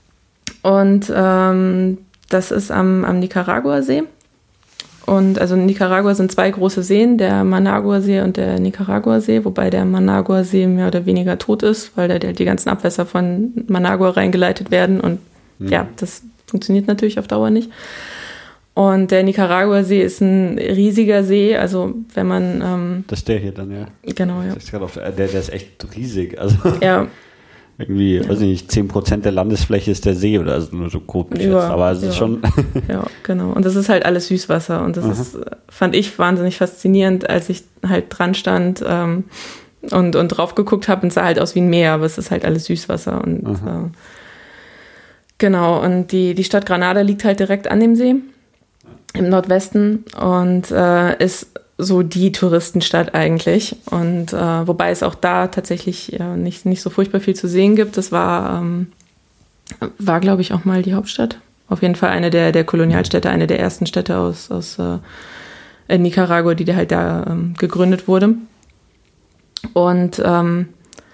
Und ähm, das ist am, am Nicaragua-See. Und also in Nicaragua sind zwei große Seen, der Managua-See und der Nicaragua-See, wobei der Managua-See mehr oder weniger tot ist, weil da die ganzen Abwässer von Managua reingeleitet werden und mhm. ja, das funktioniert natürlich auf Dauer nicht. Und der Nicaragua-See ist ein riesiger See, also wenn man... Ähm, das ist der hier dann, ja. Genau, ja. Das ist auf, der, der ist echt riesig, also... Ja. Irgendwie, ja. weiß ich nicht, zehn Prozent der Landesfläche ist der See oder also nur so grob geschätzt, ja, aber es ja. ist schon... Ja, genau. Und das ist halt alles Süßwasser und das ist, fand ich wahnsinnig faszinierend, als ich halt dran stand ähm, und, und drauf geguckt habe und es sah halt aus wie ein Meer, aber es ist halt alles Süßwasser und äh, genau. Und die, die Stadt Granada liegt halt direkt an dem See im Nordwesten und äh, ist so die Touristenstadt eigentlich. Und äh, wobei es auch da tatsächlich ja, nicht, nicht so furchtbar viel zu sehen gibt. Das war, ähm, war glaube ich, auch mal die Hauptstadt. Auf jeden Fall eine der, der Kolonialstädte, eine der ersten Städte aus, aus äh, Nicaragua, die halt da ähm, gegründet wurde. Und ähm,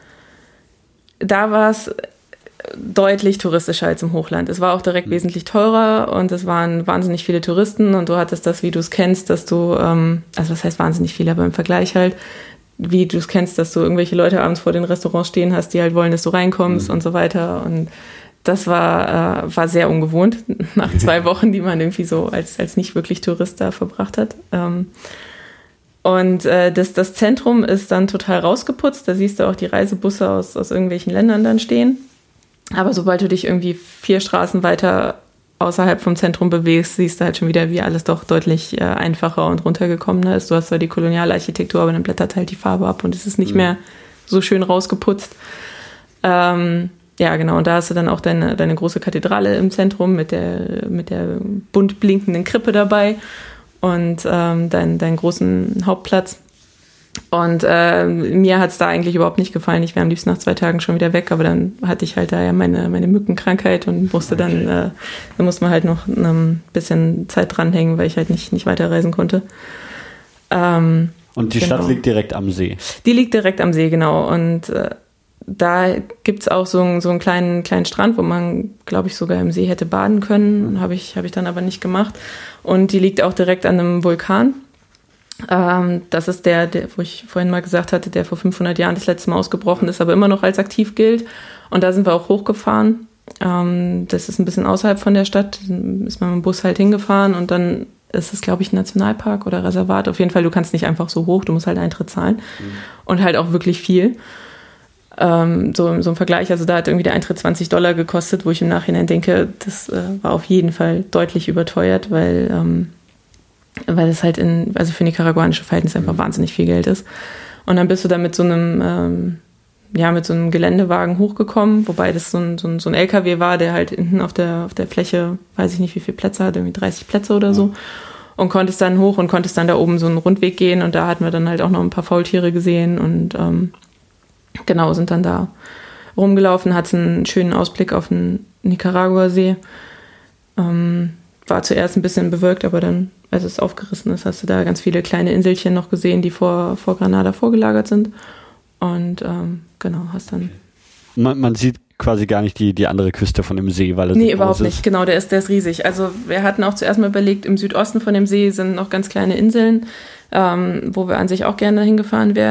da war es deutlich touristischer als im Hochland. Es war auch direkt mhm. wesentlich teurer und es waren wahnsinnig viele Touristen und du hattest das, wie du es kennst, dass du, ähm, also was heißt wahnsinnig viel, aber im Vergleich halt, wie du es kennst, dass du irgendwelche Leute abends vor den Restaurants stehen hast, die halt wollen, dass du reinkommst mhm. und so weiter und das war, äh, war sehr ungewohnt nach zwei Wochen, die man irgendwie so als, als nicht wirklich Tourist da verbracht hat. Ähm, und äh, das, das Zentrum ist dann total rausgeputzt, da siehst du auch die Reisebusse aus, aus irgendwelchen Ländern dann stehen. Aber sobald du dich irgendwie vier Straßen weiter außerhalb vom Zentrum bewegst, siehst du halt schon wieder, wie alles doch deutlich äh, einfacher und runtergekommener ist. Du hast zwar die Kolonialarchitektur, aber dann blättert halt die Farbe ab und es ist nicht mhm. mehr so schön rausgeputzt. Ähm, ja, genau. Und da hast du dann auch deine, deine große Kathedrale im Zentrum mit der, mit der bunt blinkenden Krippe dabei und ähm, dein, deinen großen Hauptplatz. Und äh, mir hat es da eigentlich überhaupt nicht gefallen. Ich wäre am liebsten nach zwei Tagen schon wieder weg, aber dann hatte ich halt da ja meine, meine Mückenkrankheit und musste okay. dann, äh, da musste man halt noch ein bisschen Zeit dranhängen, weil ich halt nicht, nicht weiterreisen konnte. Ähm, und die genau. Stadt liegt direkt am See? Die liegt direkt am See, genau. Und äh, da gibt es auch so, so einen kleinen, kleinen Strand, wo man, glaube ich, sogar im See hätte baden können. Mhm. Habe ich, hab ich dann aber nicht gemacht. Und die liegt auch direkt an einem Vulkan. Ähm, das ist der, der, wo ich vorhin mal gesagt hatte, der vor fünfhundert Jahren das letzte Mal ausgebrochen ist, aber immer noch als aktiv gilt. Und da sind wir auch hochgefahren. Ähm, das ist ein bisschen außerhalb von der Stadt. Ist man mit dem Bus halt hingefahren und dann ist es, glaube ich, ein Nationalpark oder Reservat. Auf jeden Fall, du kannst nicht einfach so hoch, du musst halt Eintritt zahlen. Mhm. Und halt auch wirklich viel. Ähm, so, so im Vergleich, also da hat irgendwie der Eintritt zwanzig Dollar gekostet, wo ich im Nachhinein denke, das äh, war auf jeden Fall deutlich überteuert, weil ähm, weil es halt in, also für nicaraguanische Verhältnisse einfach wahnsinnig viel Geld ist. Und dann bist du da mit so einem, ähm, ja, mit so einem Geländewagen hochgekommen, wobei das so ein, so ein, so ein L K W war, der halt hinten auf der, auf der Fläche, weiß ich nicht, wie viele Plätze hat, irgendwie dreißig Plätze oder so. Und konntest dann hoch und konntest dann da oben so einen Rundweg gehen und da hatten wir dann halt auch noch ein paar Faultiere gesehen und ähm, genau, sind dann da rumgelaufen, hatten einen schönen Ausblick auf den Nicaragua-See. Ähm, war zuerst ein bisschen bewölkt, aber dann, als es aufgerissen ist, hast du da ganz viele kleine Inselchen noch gesehen, die vor, vor Granada vorgelagert sind. Und ähm, genau, hast dann... Man, man sieht quasi gar nicht die, die andere Küste von dem See, weil es nee, überhaupt nicht. Genau, der ist, der ist riesig. Also wir hatten auch zuerst mal überlegt, im Südosten von dem See sind noch ganz kleine Inseln, ähm, wo wir an sich auch gerne hingefahren wären.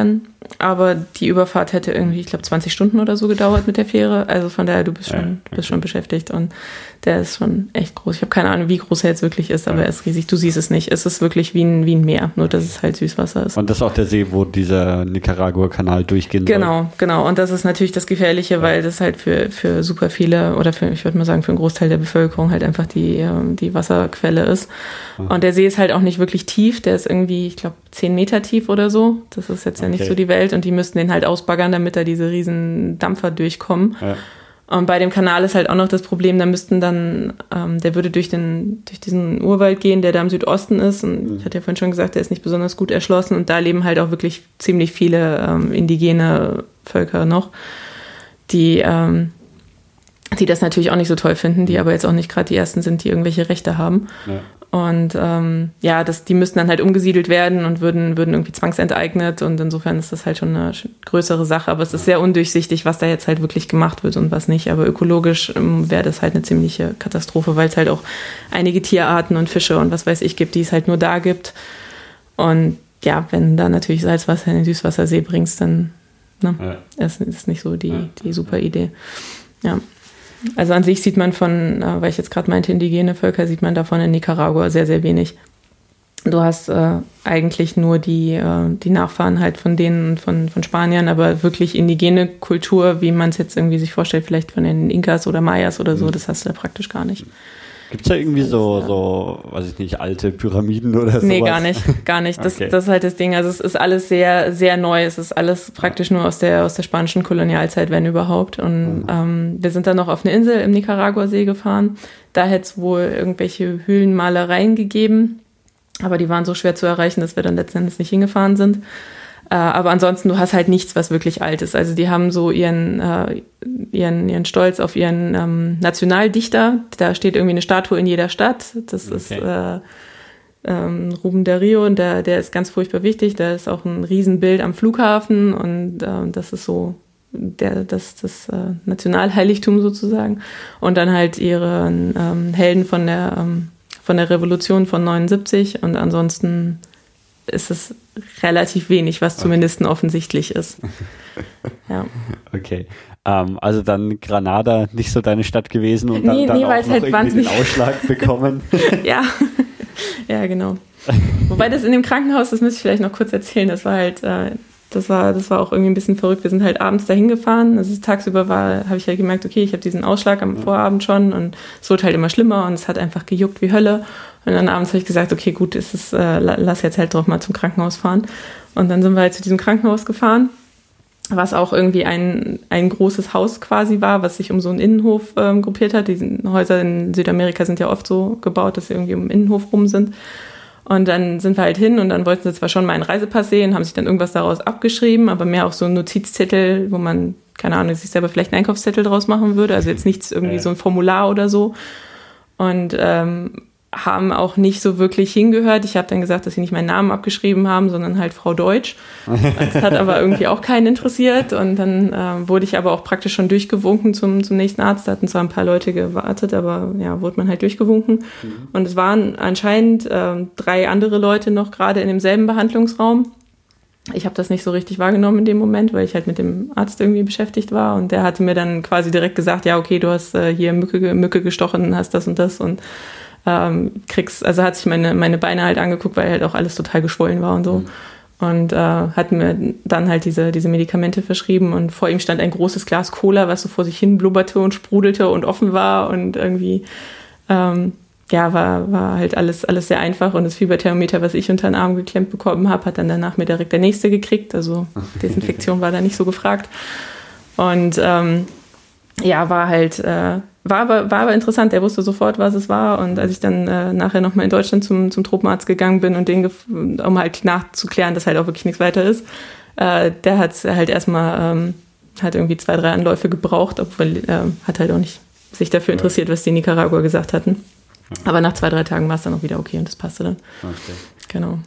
aber die Überfahrt hätte irgendwie, ich glaube, zwanzig Stunden oder so gedauert mit der Fähre. Also von daher, du bist schon, ja, okay. bist schon beschäftigt und der ist schon echt groß. Ich habe keine Ahnung, wie groß er jetzt wirklich ist, aber ja. er ist riesig. Du siehst es nicht. Es ist wirklich wie ein, wie ein Meer, nur dass es halt Süßwasser ist. Und das ist auch der See, wo dieser Nicaragua-Kanal durchgehen soll. Genau, genau. Und das ist natürlich das Gefährliche, ja. weil das halt für, für super viele oder für, ich würde mal sagen, für einen Großteil der Bevölkerung halt einfach die, die Wasserquelle ist. Ja. Und der See ist halt auch nicht wirklich tief. Der ist irgendwie, ich glaube, zehn Meter tief oder so. Das ist jetzt ja okay. nicht so die Welt. Und die müssten den halt ausbaggern, damit da diese riesen Dampfer durchkommen. Ja. Und bei dem Kanal ist halt auch noch das Problem, da müssten dann, ähm, der würde durch den durch diesen Urwald gehen, der da im Südosten ist. Und mhm. ich hatte ja vorhin schon gesagt, der ist nicht besonders gut erschlossen. Und da leben halt auch wirklich ziemlich viele ähm, indigene Völker noch, die, ähm, die das natürlich auch nicht so toll finden, die aber jetzt auch nicht gerade die Ersten sind, die irgendwelche Rechte haben. Ja. Und ähm, ja, das, die müssten dann halt umgesiedelt werden und würden, würden irgendwie zwangsenteignet. Und insofern ist das halt schon eine größere Sache. Aber es ist sehr undurchsichtig, was da jetzt halt wirklich gemacht wird und was nicht. Aber ökologisch ähm, wäre das halt eine ziemliche Katastrophe, weil es halt auch einige Tierarten und Fische und was weiß ich gibt, die es halt nur da gibt. Und ja, wenn du da natürlich Salzwasser in den Süßwassersee bringst, dann ne, ja. ist das nicht so die, die super Idee. Ja. Also an sich sieht man von, weil ich jetzt gerade meinte, indigene Völker, sieht man davon in Nicaragua sehr, sehr wenig. Du hast äh, eigentlich nur die, äh, die Nachfahren halt von denen, von, von Spaniern, aber wirklich indigene Kultur, wie man es jetzt irgendwie sich vorstellt, vielleicht von den Inkas oder Mayas oder so, das hast du da praktisch gar nicht. Gibt es da irgendwie so, so, weiß ich nicht, alte Pyramiden oder sowas? Nee, gar nicht, gar nicht. Das, okay. das ist halt das Ding. Also es ist alles sehr, sehr neu. Es ist alles praktisch nur aus der, aus der spanischen Kolonialzeit, wenn überhaupt. Und mhm. ähm, wir sind dann noch auf eine Insel im Nicaragua-See gefahren. Da hätte es wohl irgendwelche Höhlenmalereien gegeben. Aber die waren so schwer zu erreichen, dass wir dann letztendlich nicht hingefahren sind. Äh, aber ansonsten, du hast halt nichts, was wirklich alt ist. Also die haben so ihren, äh, ihren, ihren Stolz auf ihren ähm, Nationaldichter. Da steht irgendwie eine Statue in jeder Stadt. Das okay. ist äh, ähm, Ruben Darío und der, der ist ganz furchtbar wichtig. Da ist auch ein Riesenbild am Flughafen und äh, das ist so der, das, das äh, Nationalheiligtum sozusagen. Und dann halt ihren ähm, Helden von der, ähm, von der Revolution von neunundsiebzig und ansonsten ist es relativ wenig, was zumindest okay. offensichtlich ist. Ja. Okay. Ähm, also dann Granada nicht so deine Stadt gewesen und dann, nee, dann nee, auch noch halt irgendwie den Ausschlag bekommen. Ja. Ja, genau. Wobei das in dem Krankenhaus, das müsste ich vielleicht noch kurz erzählen, das war halt, äh, das war, das war auch irgendwie ein bisschen verrückt. Wir sind halt abends dahin gefahren. Also tagsüber war, habe ich halt gemerkt, okay, ich habe diesen Ausschlag am Vorabend schon und es wurde halt immer schlimmer und es hat einfach gejuckt wie Hölle. Und dann abends habe ich gesagt, okay, gut, ist es, äh, lass jetzt halt doch mal zum Krankenhaus fahren. Und dann sind wir halt zu diesem Krankenhaus gefahren, was auch irgendwie ein, ein großes Haus quasi war, was sich um so einen Innenhof ähm, gruppiert hat. Die Häuser in Südamerika sind ja oft so gebaut, dass sie irgendwie um den Innenhof rum sind. Und dann sind wir halt hin und dann wollten sie zwar schon meinen Reisepass sehen, haben sich dann irgendwas daraus abgeschrieben, aber mehr auch so ein Notizzettel, wo man, keine Ahnung, sich selber vielleicht einen Einkaufszettel draus machen würde. Also jetzt nichts irgendwie so ein Formular oder so. Und ähm, haben auch nicht so wirklich hingehört. Ich habe dann gesagt, dass sie nicht meinen Namen abgeschrieben haben, sondern halt Frau Deutsch. Das hat aber irgendwie auch keinen interessiert. Und dann äh, wurde ich aber auch praktisch schon durchgewunken zum, zum nächsten Arzt. Da hatten zwar ein paar Leute gewartet, aber ja, wurde man halt durchgewunken. Mhm. Und es waren anscheinend äh, drei andere Leute noch gerade in demselben Behandlungsraum. Ich habe das nicht so richtig wahrgenommen in dem Moment, weil ich halt mit dem Arzt irgendwie beschäftigt war. Und der hatte mir dann quasi direkt gesagt, ja, okay, du hast äh, hier Mücke, Mücke gestochen, hast das und das und ähm, kriegst, also hat sich meine, meine Beine halt angeguckt, weil halt auch alles total geschwollen war und so. Mhm. Und äh, hat mir dann halt diese, diese Medikamente verschrieben und vor ihm stand ein großes Glas Cola, was so vor sich hin blubberte und sprudelte und offen war und irgendwie, ähm, ja, war, war halt alles, alles sehr einfach und das Fieberthermometer, was ich unter den Arm geklemmt bekommen habe, hat dann danach mir direkt der nächste gekriegt, also Desinfektion war da nicht so gefragt und ähm, ja, war halt, äh, war aber, war aber interessant, der wusste sofort, was es war und als ich dann äh, nachher nochmal in Deutschland zum, zum Tropenarzt gegangen bin und den, gef- um halt nachzuklären, dass halt auch wirklich nichts weiter ist, äh, der hat halt erstmal, ähm, hat irgendwie zwei, drei Anläufe gebraucht, obwohl, äh, hat halt auch nicht sich dafür interessiert, was die in Nicaragua gesagt hatten. Aber nach zwei, drei Tagen war es dann auch wieder okay und das passte dann. Okay. Genau.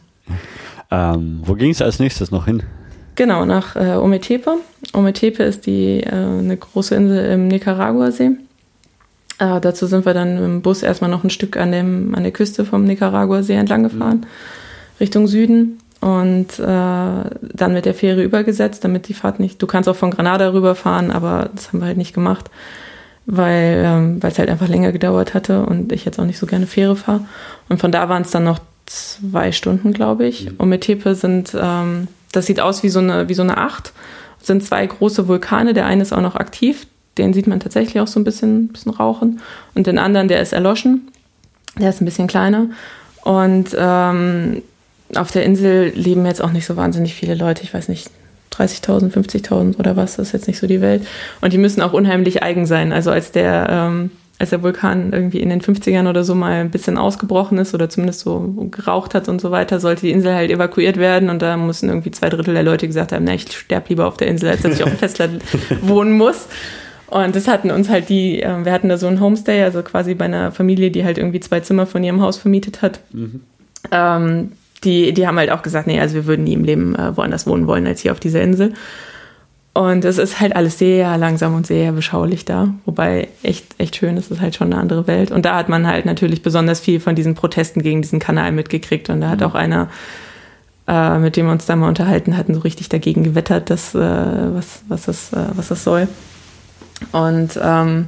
Ähm, wo ging es als nächstes noch hin? Genau, nach äh, Ometepe. Ometepe ist die, äh, eine große Insel im Nicaragua-See. Äh, dazu sind wir dann im Bus erstmal noch ein Stück an, dem, an der Küste vom Nicaragua-See entlang gefahren, mhm. Richtung Süden. und äh, dann mit der Fähre übergesetzt, damit die Fahrt nicht, du kannst auch von Granada rüberfahren, aber das haben wir halt nicht gemacht, weil ähm, es halt einfach länger gedauert hatte und ich jetzt auch nicht so gerne Fähre fahre. Und von da waren es dann noch zwei Stunden, glaube ich. Mhm. Und Metepe sind, ähm, das sieht aus wie so eine, wie so eine Acht, sind zwei große Vulkane, der eine ist auch noch aktiv, den sieht man tatsächlich auch so ein bisschen, bisschen rauchen und den anderen, der ist erloschen, der ist ein bisschen kleiner und ähm, auf der Insel leben jetzt auch nicht so wahnsinnig viele Leute, ich weiß nicht, dreißigtausend, fünfzigtausend oder was, das ist jetzt nicht so die Welt. Und die müssen auch unheimlich eigen sein. Also als der, ähm, als der Vulkan irgendwie in den fünfzigern oder so mal ein bisschen ausgebrochen ist oder zumindest so geraucht hat und so weiter, sollte die Insel halt evakuiert werden und da mussten irgendwie zwei Drittel der Leute gesagt haben, na, ich sterbe lieber auf der Insel, als dass ich auf dem Festland wohnen muss. Und das hatten uns halt die, äh, wir hatten da so einen Homestay, also quasi bei einer Familie, die halt irgendwie zwei Zimmer von ihrem Haus vermietet hat. Mhm. Ähm, Die, die haben halt auch gesagt, nee, also wir würden nie im Leben äh, woanders wohnen wollen als hier auf dieser Insel. Und es ist halt alles sehr langsam und sehr beschaulich da. Wobei echt, echt schön ist, es ist halt schon eine andere Welt. Und da hat man halt natürlich besonders viel von diesen Protesten gegen diesen Kanal mitgekriegt. Und da hat mhm. auch einer, äh, mit dem wir uns da mal unterhalten hatten, so richtig dagegen gewettert, dass, äh, was, was, das, äh, was das soll. Und ähm,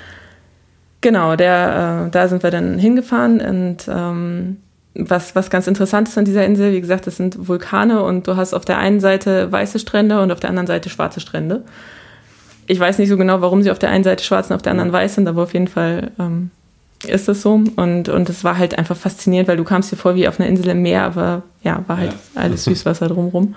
genau, der, äh, da sind wir dann hingefahren und ähm, Was, was ganz interessant ist an dieser Insel, wie gesagt, das sind Vulkane und du hast auf der einen Seite weiße Strände und auf der anderen Seite schwarze Strände. Ich weiß nicht so genau, warum sie auf der einen Seite schwarz und auf der anderen weiß sind, aber auf jeden Fall ähm, ist das so. Und und es war halt einfach faszinierend, weil du kamst dir vor wie auf einer Insel im Meer, aber ja, war halt ja. alles Süßwasser drumherum.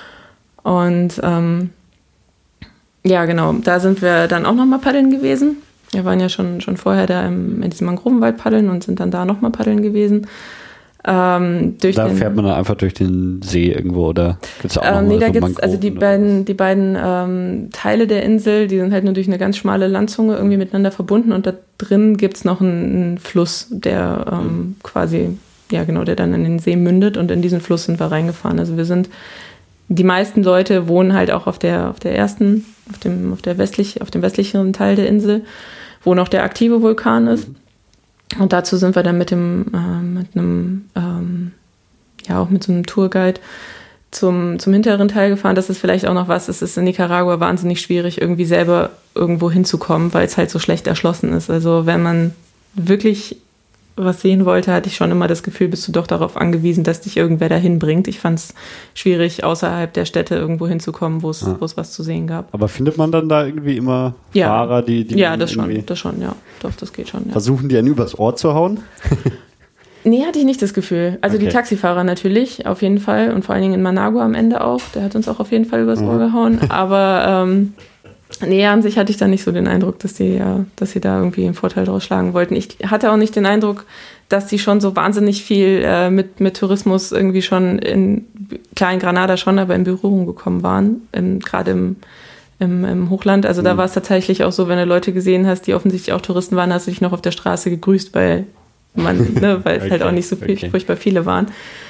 Und ähm, ja, genau, da sind wir dann auch nochmal paddeln gewesen. Wir waren ja schon, schon vorher da im, in diesem Mangrovenwald paddeln und sind dann da nochmal paddeln gewesen. Ähm, durch da den, fährt man dann einfach durch den See irgendwo, oder gibt es auch noch ähm, nee, da so gibt's also die beiden, die beiden ähm, Teile der Insel, die sind halt nur durch eine ganz schmale Landzunge irgendwie miteinander verbunden und da drin gibt's noch einen, einen Fluss, der ähm, mhm. quasi, ja genau, der dann in den See mündet und in diesen Fluss sind wir reingefahren. Also wir sind, die meisten Leute wohnen halt auch auf der, auf der ersten, auf dem, auf der westlich, auf dem westlicheren Teil der Insel, wo noch der aktive Vulkan ist. Mhm. Und dazu sind wir dann mit dem, äh, mit einem, ähm, ja auch mit so einem Tourguide zum, zum hinteren Teil gefahren. Das ist vielleicht auch noch was, es ist in Nicaragua wahnsinnig schwierig, irgendwie selber irgendwo hinzukommen, weil es halt so schlecht erschlossen ist. Also wenn man wirklich was sehen wollte, hatte ich schon immer das Gefühl, bist du doch darauf angewiesen, dass dich irgendwer dahin bringt. Ich fand es schwierig, außerhalb der Städte irgendwo hinzukommen, wo es ja. wo es was zu sehen gab. Aber findet man dann da irgendwie immer ja. Fahrer, die, die ja, das schon, das schon, ja, doch, das geht schon. Ja. Versuchen die einen übers Ohr zu hauen? Nee, hatte ich nicht das Gefühl. Also okay. Die Taxifahrer natürlich, auf jeden Fall und vor allen Dingen in Managua am Ende auch. Der hat uns auch auf jeden Fall übers mhm. Ohr gehauen. Aber ähm, nee, an sich hatte ich da nicht so den Eindruck, dass die, ja, dass sie da irgendwie einen Vorteil draus schlagen wollten. Ich hatte auch nicht den Eindruck, dass die schon so wahnsinnig viel äh, mit, mit Tourismus irgendwie schon in, klar in Granada schon, aber in Berührung gekommen waren, gerade im, im, im Hochland. Also mhm. da war es tatsächlich auch so, wenn du Leute gesehen hast, die offensichtlich auch Touristen waren, hast du dich noch auf der Straße gegrüßt, weil man, ne, weil es okay, halt auch nicht so viel, okay. furchtbar viele waren.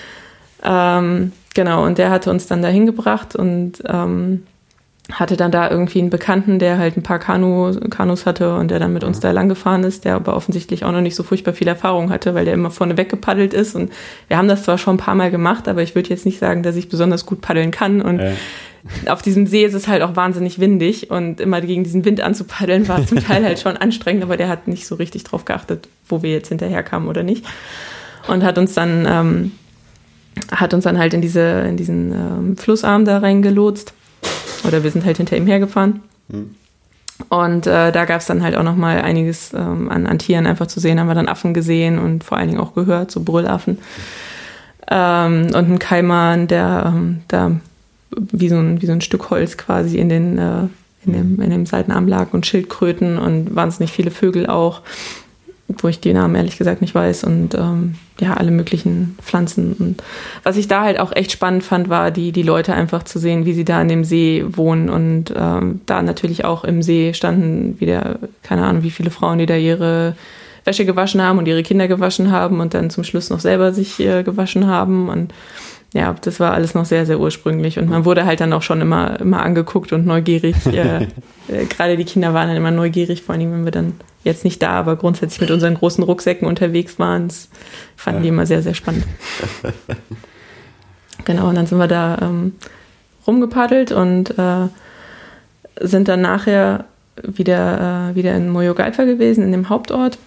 Ähm, genau, und der hatte uns dann da hingebracht und ähm, hatte dann da irgendwie einen Bekannten, der halt ein paar Kanu, Kanus hatte und der dann mit uns da lang gefahren ist, der aber offensichtlich auch noch nicht so furchtbar viel Erfahrung hatte, weil der immer vorne weggepaddelt ist und wir haben das zwar schon ein paar Mal gemacht, aber ich würde jetzt nicht sagen, dass ich besonders gut paddeln kann und äh. auf diesem See ist es halt auch wahnsinnig windig und immer gegen diesen Wind anzupaddeln war zum Teil halt schon anstrengend, aber der hat nicht so richtig drauf geachtet, wo wir jetzt hinterher kamen oder nicht und hat uns dann ähm, hat uns dann halt in diese in diesen ähm, Flussarm da reingelotst. Oder wir sind halt hinter ihm hergefahren. Hm. Und äh, da gab es dann halt auch noch mal einiges ähm, an, an Tieren einfach zu sehen. Haben wir dann Affen gesehen und vor allen Dingen auch gehört, so Brüllaffen. Ähm, und ein Kaiman, der ähm, da wie so, ein, wie so ein Stück Holz quasi in, den, äh, in, dem, in dem Seitenarm lag und Schildkröten und wahnsinnig viele Vögel auch, wo ich die Namen ehrlich gesagt nicht weiß und ähm, ja, alle möglichen Pflanzen. Und was ich da halt auch echt spannend fand, war die, die Leute einfach zu sehen, wie sie da an dem See wohnen und ähm, da natürlich auch im See standen wieder, keine Ahnung, wie viele Frauen, die da ihre Wäsche gewaschen haben und ihre Kinder gewaschen haben und dann zum Schluss noch selber sich äh, gewaschen haben und ja, das war alles noch sehr, sehr ursprünglich und man wurde halt dann auch schon immer, immer angeguckt und neugierig. Äh, äh, gerade die Kinder waren dann immer neugierig, vor allem wenn wir dann jetzt nicht da, aber grundsätzlich mit unseren großen Rucksäcken unterwegs waren. Das fanden ja. die immer sehr, sehr spannend. Genau, und dann sind wir da ähm, rumgepaddelt und äh, sind dann nachher wieder, äh, wieder in Moyogalpa gewesen, in dem Hauptort,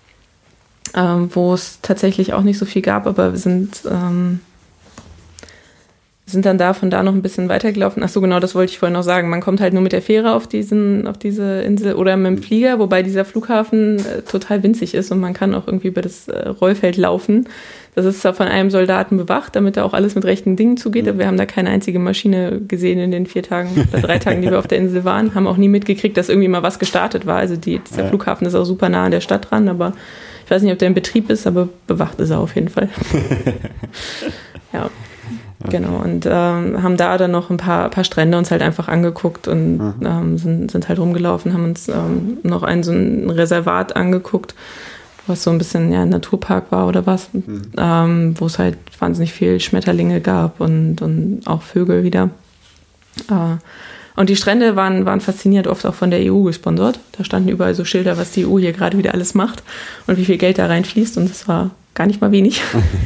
ähm, wo es tatsächlich auch nicht so viel gab, aber wir sind, ähm, sind dann da von da noch ein bisschen weitergelaufen. Ach so, genau, das wollte ich vorhin noch sagen. Man kommt halt nur mit der Fähre auf, diesen, auf diese Insel oder mit dem Flieger, wobei dieser Flughafen äh, total winzig ist und man kann auch irgendwie über das äh, Rollfeld laufen. Das ist zwar von einem Soldaten bewacht, damit da auch alles mit rechten Dingen zugeht, mhm. aber wir haben da keine einzige Maschine gesehen in den vier Tagen oder drei Tagen, die wir auf der Insel waren. Haben auch nie mitgekriegt, dass irgendwie mal was gestartet war. Also die, dieser ja. Flughafen ist auch super nah an der Stadt dran, aber ich weiß nicht, ob der in Betrieb ist, aber bewacht ist er auf jeden Fall. Ja. Okay. Genau, und ähm, haben da dann noch ein paar, paar Strände uns halt einfach angeguckt und mhm. ähm, sind, sind halt rumgelaufen, haben uns ähm, noch ein so ein Reservat angeguckt, was so ein bisschen ja, ein Naturpark war oder was, mhm. ähm, wo es halt wahnsinnig viel Schmetterlinge gab und, und auch Vögel wieder. Äh, und die Strände waren, waren faszinierend oft auch von der E U gesponsert. Da standen überall so Schilder, was die E U hier gerade wieder alles macht und wie viel Geld da reinfließt und das war gar nicht mal wenig.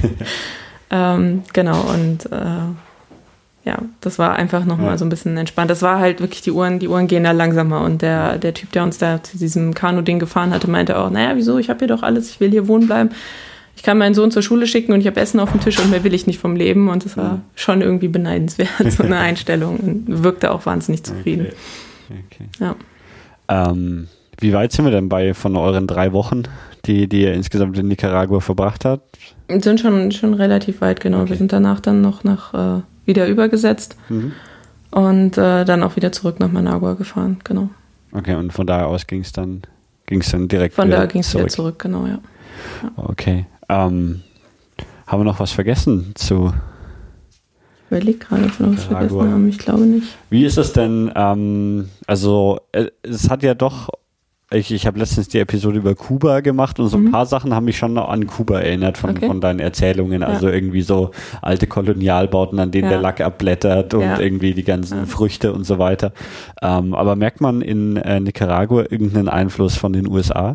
Ähm, genau, und äh, ja, das war einfach nochmal ja. so ein bisschen entspannt. Das war halt wirklich, die Uhren, die Uhren gehen da langsamer und der, der Typ, der uns da zu diesem Kanu-Ding gefahren hatte, meinte auch, naja, wieso, ich habe hier doch alles, ich will hier wohnen bleiben. Ich kann meinen Sohn zur Schule schicken und ich habe Essen auf dem Tisch und mehr will ich nicht vom Leben und das war schon irgendwie beneidenswert, so eine Einstellung und wirkte auch wahnsinnig zufrieden. Okay. Okay. Ja. Ähm, wie weit sind wir denn bei von euren drei Wochen, die, die ihr insgesamt in Nicaragua verbracht habt? Sind schon, schon relativ weit, genau. Okay. Wir sind danach dann noch nach äh, wieder übergesetzt mhm. und äh, dann auch wieder zurück nach Managua gefahren, genau. Okay, und von da aus ging es dann, ging's dann direkt von wieder da ging es zurück. wieder zurück, genau, ja. ja. Okay. Ähm, haben wir noch was vergessen zu Ich überlege gerade, ob wir noch was vergessen haben. Ich glaube nicht. Wie ist es denn, ähm, also äh, es hat ja doch Ich, ich habe letztens die Episode über Kuba gemacht und so ein mhm. paar Sachen haben mich schon noch an Kuba erinnert von, okay. von deinen Erzählungen. Also ja. irgendwie so alte Kolonialbauten, an denen ja. der Lack abblättert und ja. irgendwie die ganzen ja. Früchte und so weiter. Ähm, aber merkt man in äh, Nicaragua irgendeinen Einfluss von den U S A?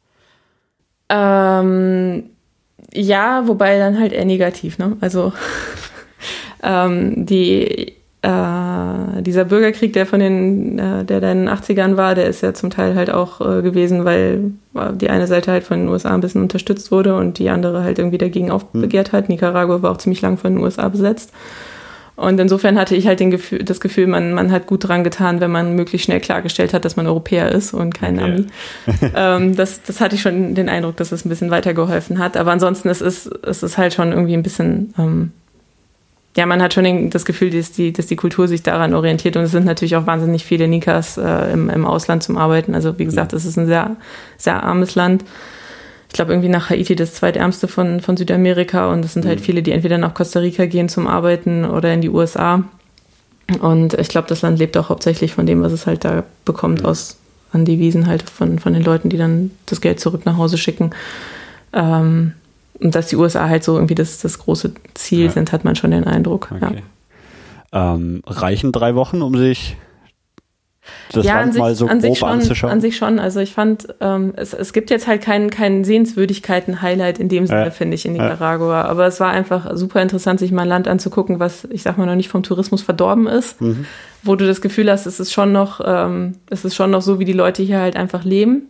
Ähm, ja, wobei dann halt eher negativ, ne? Also ähm, die Äh, dieser Bürgerkrieg, der von den, äh, der da in den achtzigern war, der ist ja zum Teil halt auch äh, gewesen, weil die eine Seite halt von den U S A ein bisschen unterstützt wurde und die andere halt irgendwie dagegen aufbegehrt hat. Nicaragua war auch ziemlich lang von den U S A besetzt. Und insofern hatte ich halt den Gefühl, das Gefühl, man, man hat gut dran getan, wenn man möglichst schnell klargestellt hat, dass man Europäer ist und kein okay. Ami. ähm, das, das hatte ich schon den Eindruck, dass es ein bisschen weitergeholfen hat. Aber ansonsten es ist es ist halt schon irgendwie ein bisschen ähm, ja, man hat schon den, das Gefühl, dass die, dass die Kultur sich daran orientiert und es sind natürlich auch wahnsinnig viele Nikas äh, im, im Ausland zum Arbeiten. Also wie gesagt, es ist ein sehr, sehr armes Land. Ich glaube irgendwie nach Haiti das zweitärmste von, von Südamerika und es sind halt viele, die entweder nach Costa Rica gehen zum Arbeiten oder in die U S A. Und ich glaube, das Land lebt auch hauptsächlich von dem, was es halt da bekommt aus an Devisen halt von, von den Leuten, die dann das Geld zurück nach Hause schicken. Ähm, Und dass die U S A halt so irgendwie das, das große Ziel ja. sind, hat man schon den Eindruck. Okay. Ja. Ähm, reichen drei Wochen, um sich das ja, Land sich, mal so an grob sich schon, anzuschauen? An sich schon. Also ich fand, ähm, es, es gibt jetzt halt keinen kein Sehenswürdigkeiten-Highlight in dem Sinne, ja. finde ich, in Nicaragua. Ja. Aber es war einfach super interessant, sich mal ein Land anzugucken, was, ich sag mal, noch nicht vom Tourismus verdorben ist. Mhm. Wo du das Gefühl hast, es ist schon noch, ähm, es ist schon noch so, wie die Leute hier halt einfach leben.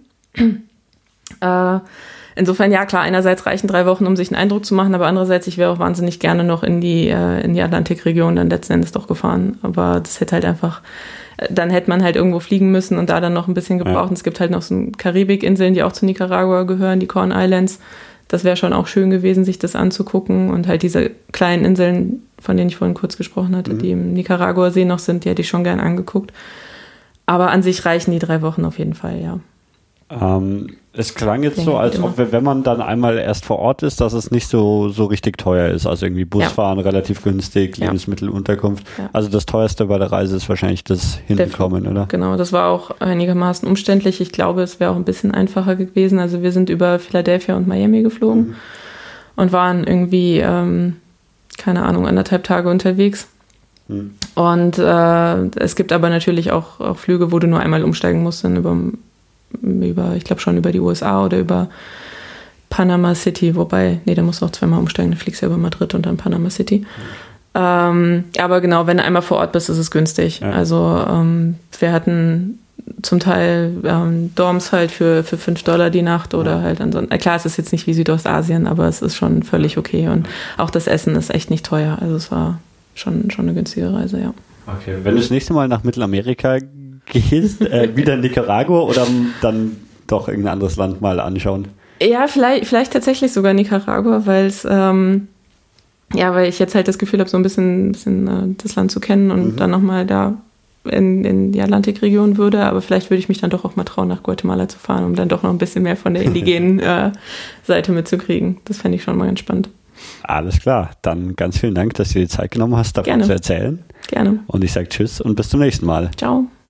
äh, Insofern, ja klar, einerseits reichen drei Wochen, um sich einen Eindruck zu machen, aber andererseits, ich wäre auch wahnsinnig gerne noch in die, äh, in die Atlantikregion dann letzten Endes doch gefahren. Aber das hätte halt einfach, dann hätte man halt irgendwo fliegen müssen und da dann noch ein bisschen gebraucht. Ja. Und es gibt halt noch so Karibikinseln, die auch zu Nicaragua gehören, die Corn Islands. Das wäre schon auch schön gewesen, sich das anzugucken. Und halt diese kleinen Inseln, von denen ich vorhin kurz gesprochen hatte, mhm. die im Nicaragua-See noch sind, die hätte ich schon gern angeguckt. Aber an sich reichen die drei Wochen auf jeden Fall, ja. Ähm, es klang jetzt so, als ob, wenn man dann einmal erst vor Ort ist, dass es nicht so, so richtig teuer ist. Also irgendwie Busfahren ja. relativ günstig, Lebensmittelunterkunft. Ja. Also das teuerste bei der Reise ist wahrscheinlich das Hinkommen, oder? Genau, das war auch einigermaßen umständlich. Ich glaube, es wäre auch ein bisschen einfacher gewesen. Also wir sind über Philadelphia und Miami geflogen mhm. und waren irgendwie, ähm, keine Ahnung, anderthalb Tage unterwegs. Mhm. Und äh, es gibt aber natürlich auch, auch Flüge, wo du nur einmal umsteigen musst, dann über über, ich glaube schon über die U S A oder über Panama City, wobei, nee, da musst du auch zweimal umsteigen, da fliegst du ja über Madrid und dann Panama City. Mhm. Ähm, aber genau, wenn du einmal vor Ort bist, ist es günstig. Ja. Also ähm, wir hatten zum Teil ähm, Dorms halt für, für fünf Dollar die Nacht oder ja. halt ansonsten. Klar, es ist jetzt nicht wie Südostasien, aber es ist schon völlig okay. Und auch das Essen ist echt nicht teuer. Also es war schon, schon eine günstige Reise, ja. Okay, wenn du das nächste Mal nach Mittelamerika gehst, äh, wieder in Nicaragua oder dann doch irgendein anderes Land mal anschauen? Ja, vielleicht, vielleicht tatsächlich sogar Nicaragua, weil es ähm, ja, weil ich jetzt halt das Gefühl habe, so ein bisschen, bisschen äh, das Land zu kennen und mhm. dann nochmal da in, in die Atlantikregion würde, aber vielleicht würde ich mich dann doch auch mal trauen, nach Guatemala zu fahren, um dann doch noch ein bisschen mehr von der indigenen äh, Seite mitzukriegen. Das fände ich schon mal ganz spannend. Alles klar, dann ganz vielen Dank, dass du dir die Zeit genommen hast, davon Gerne. zu erzählen. Gerne. Und ich sage Tschüss und bis zum nächsten Mal. Ciao.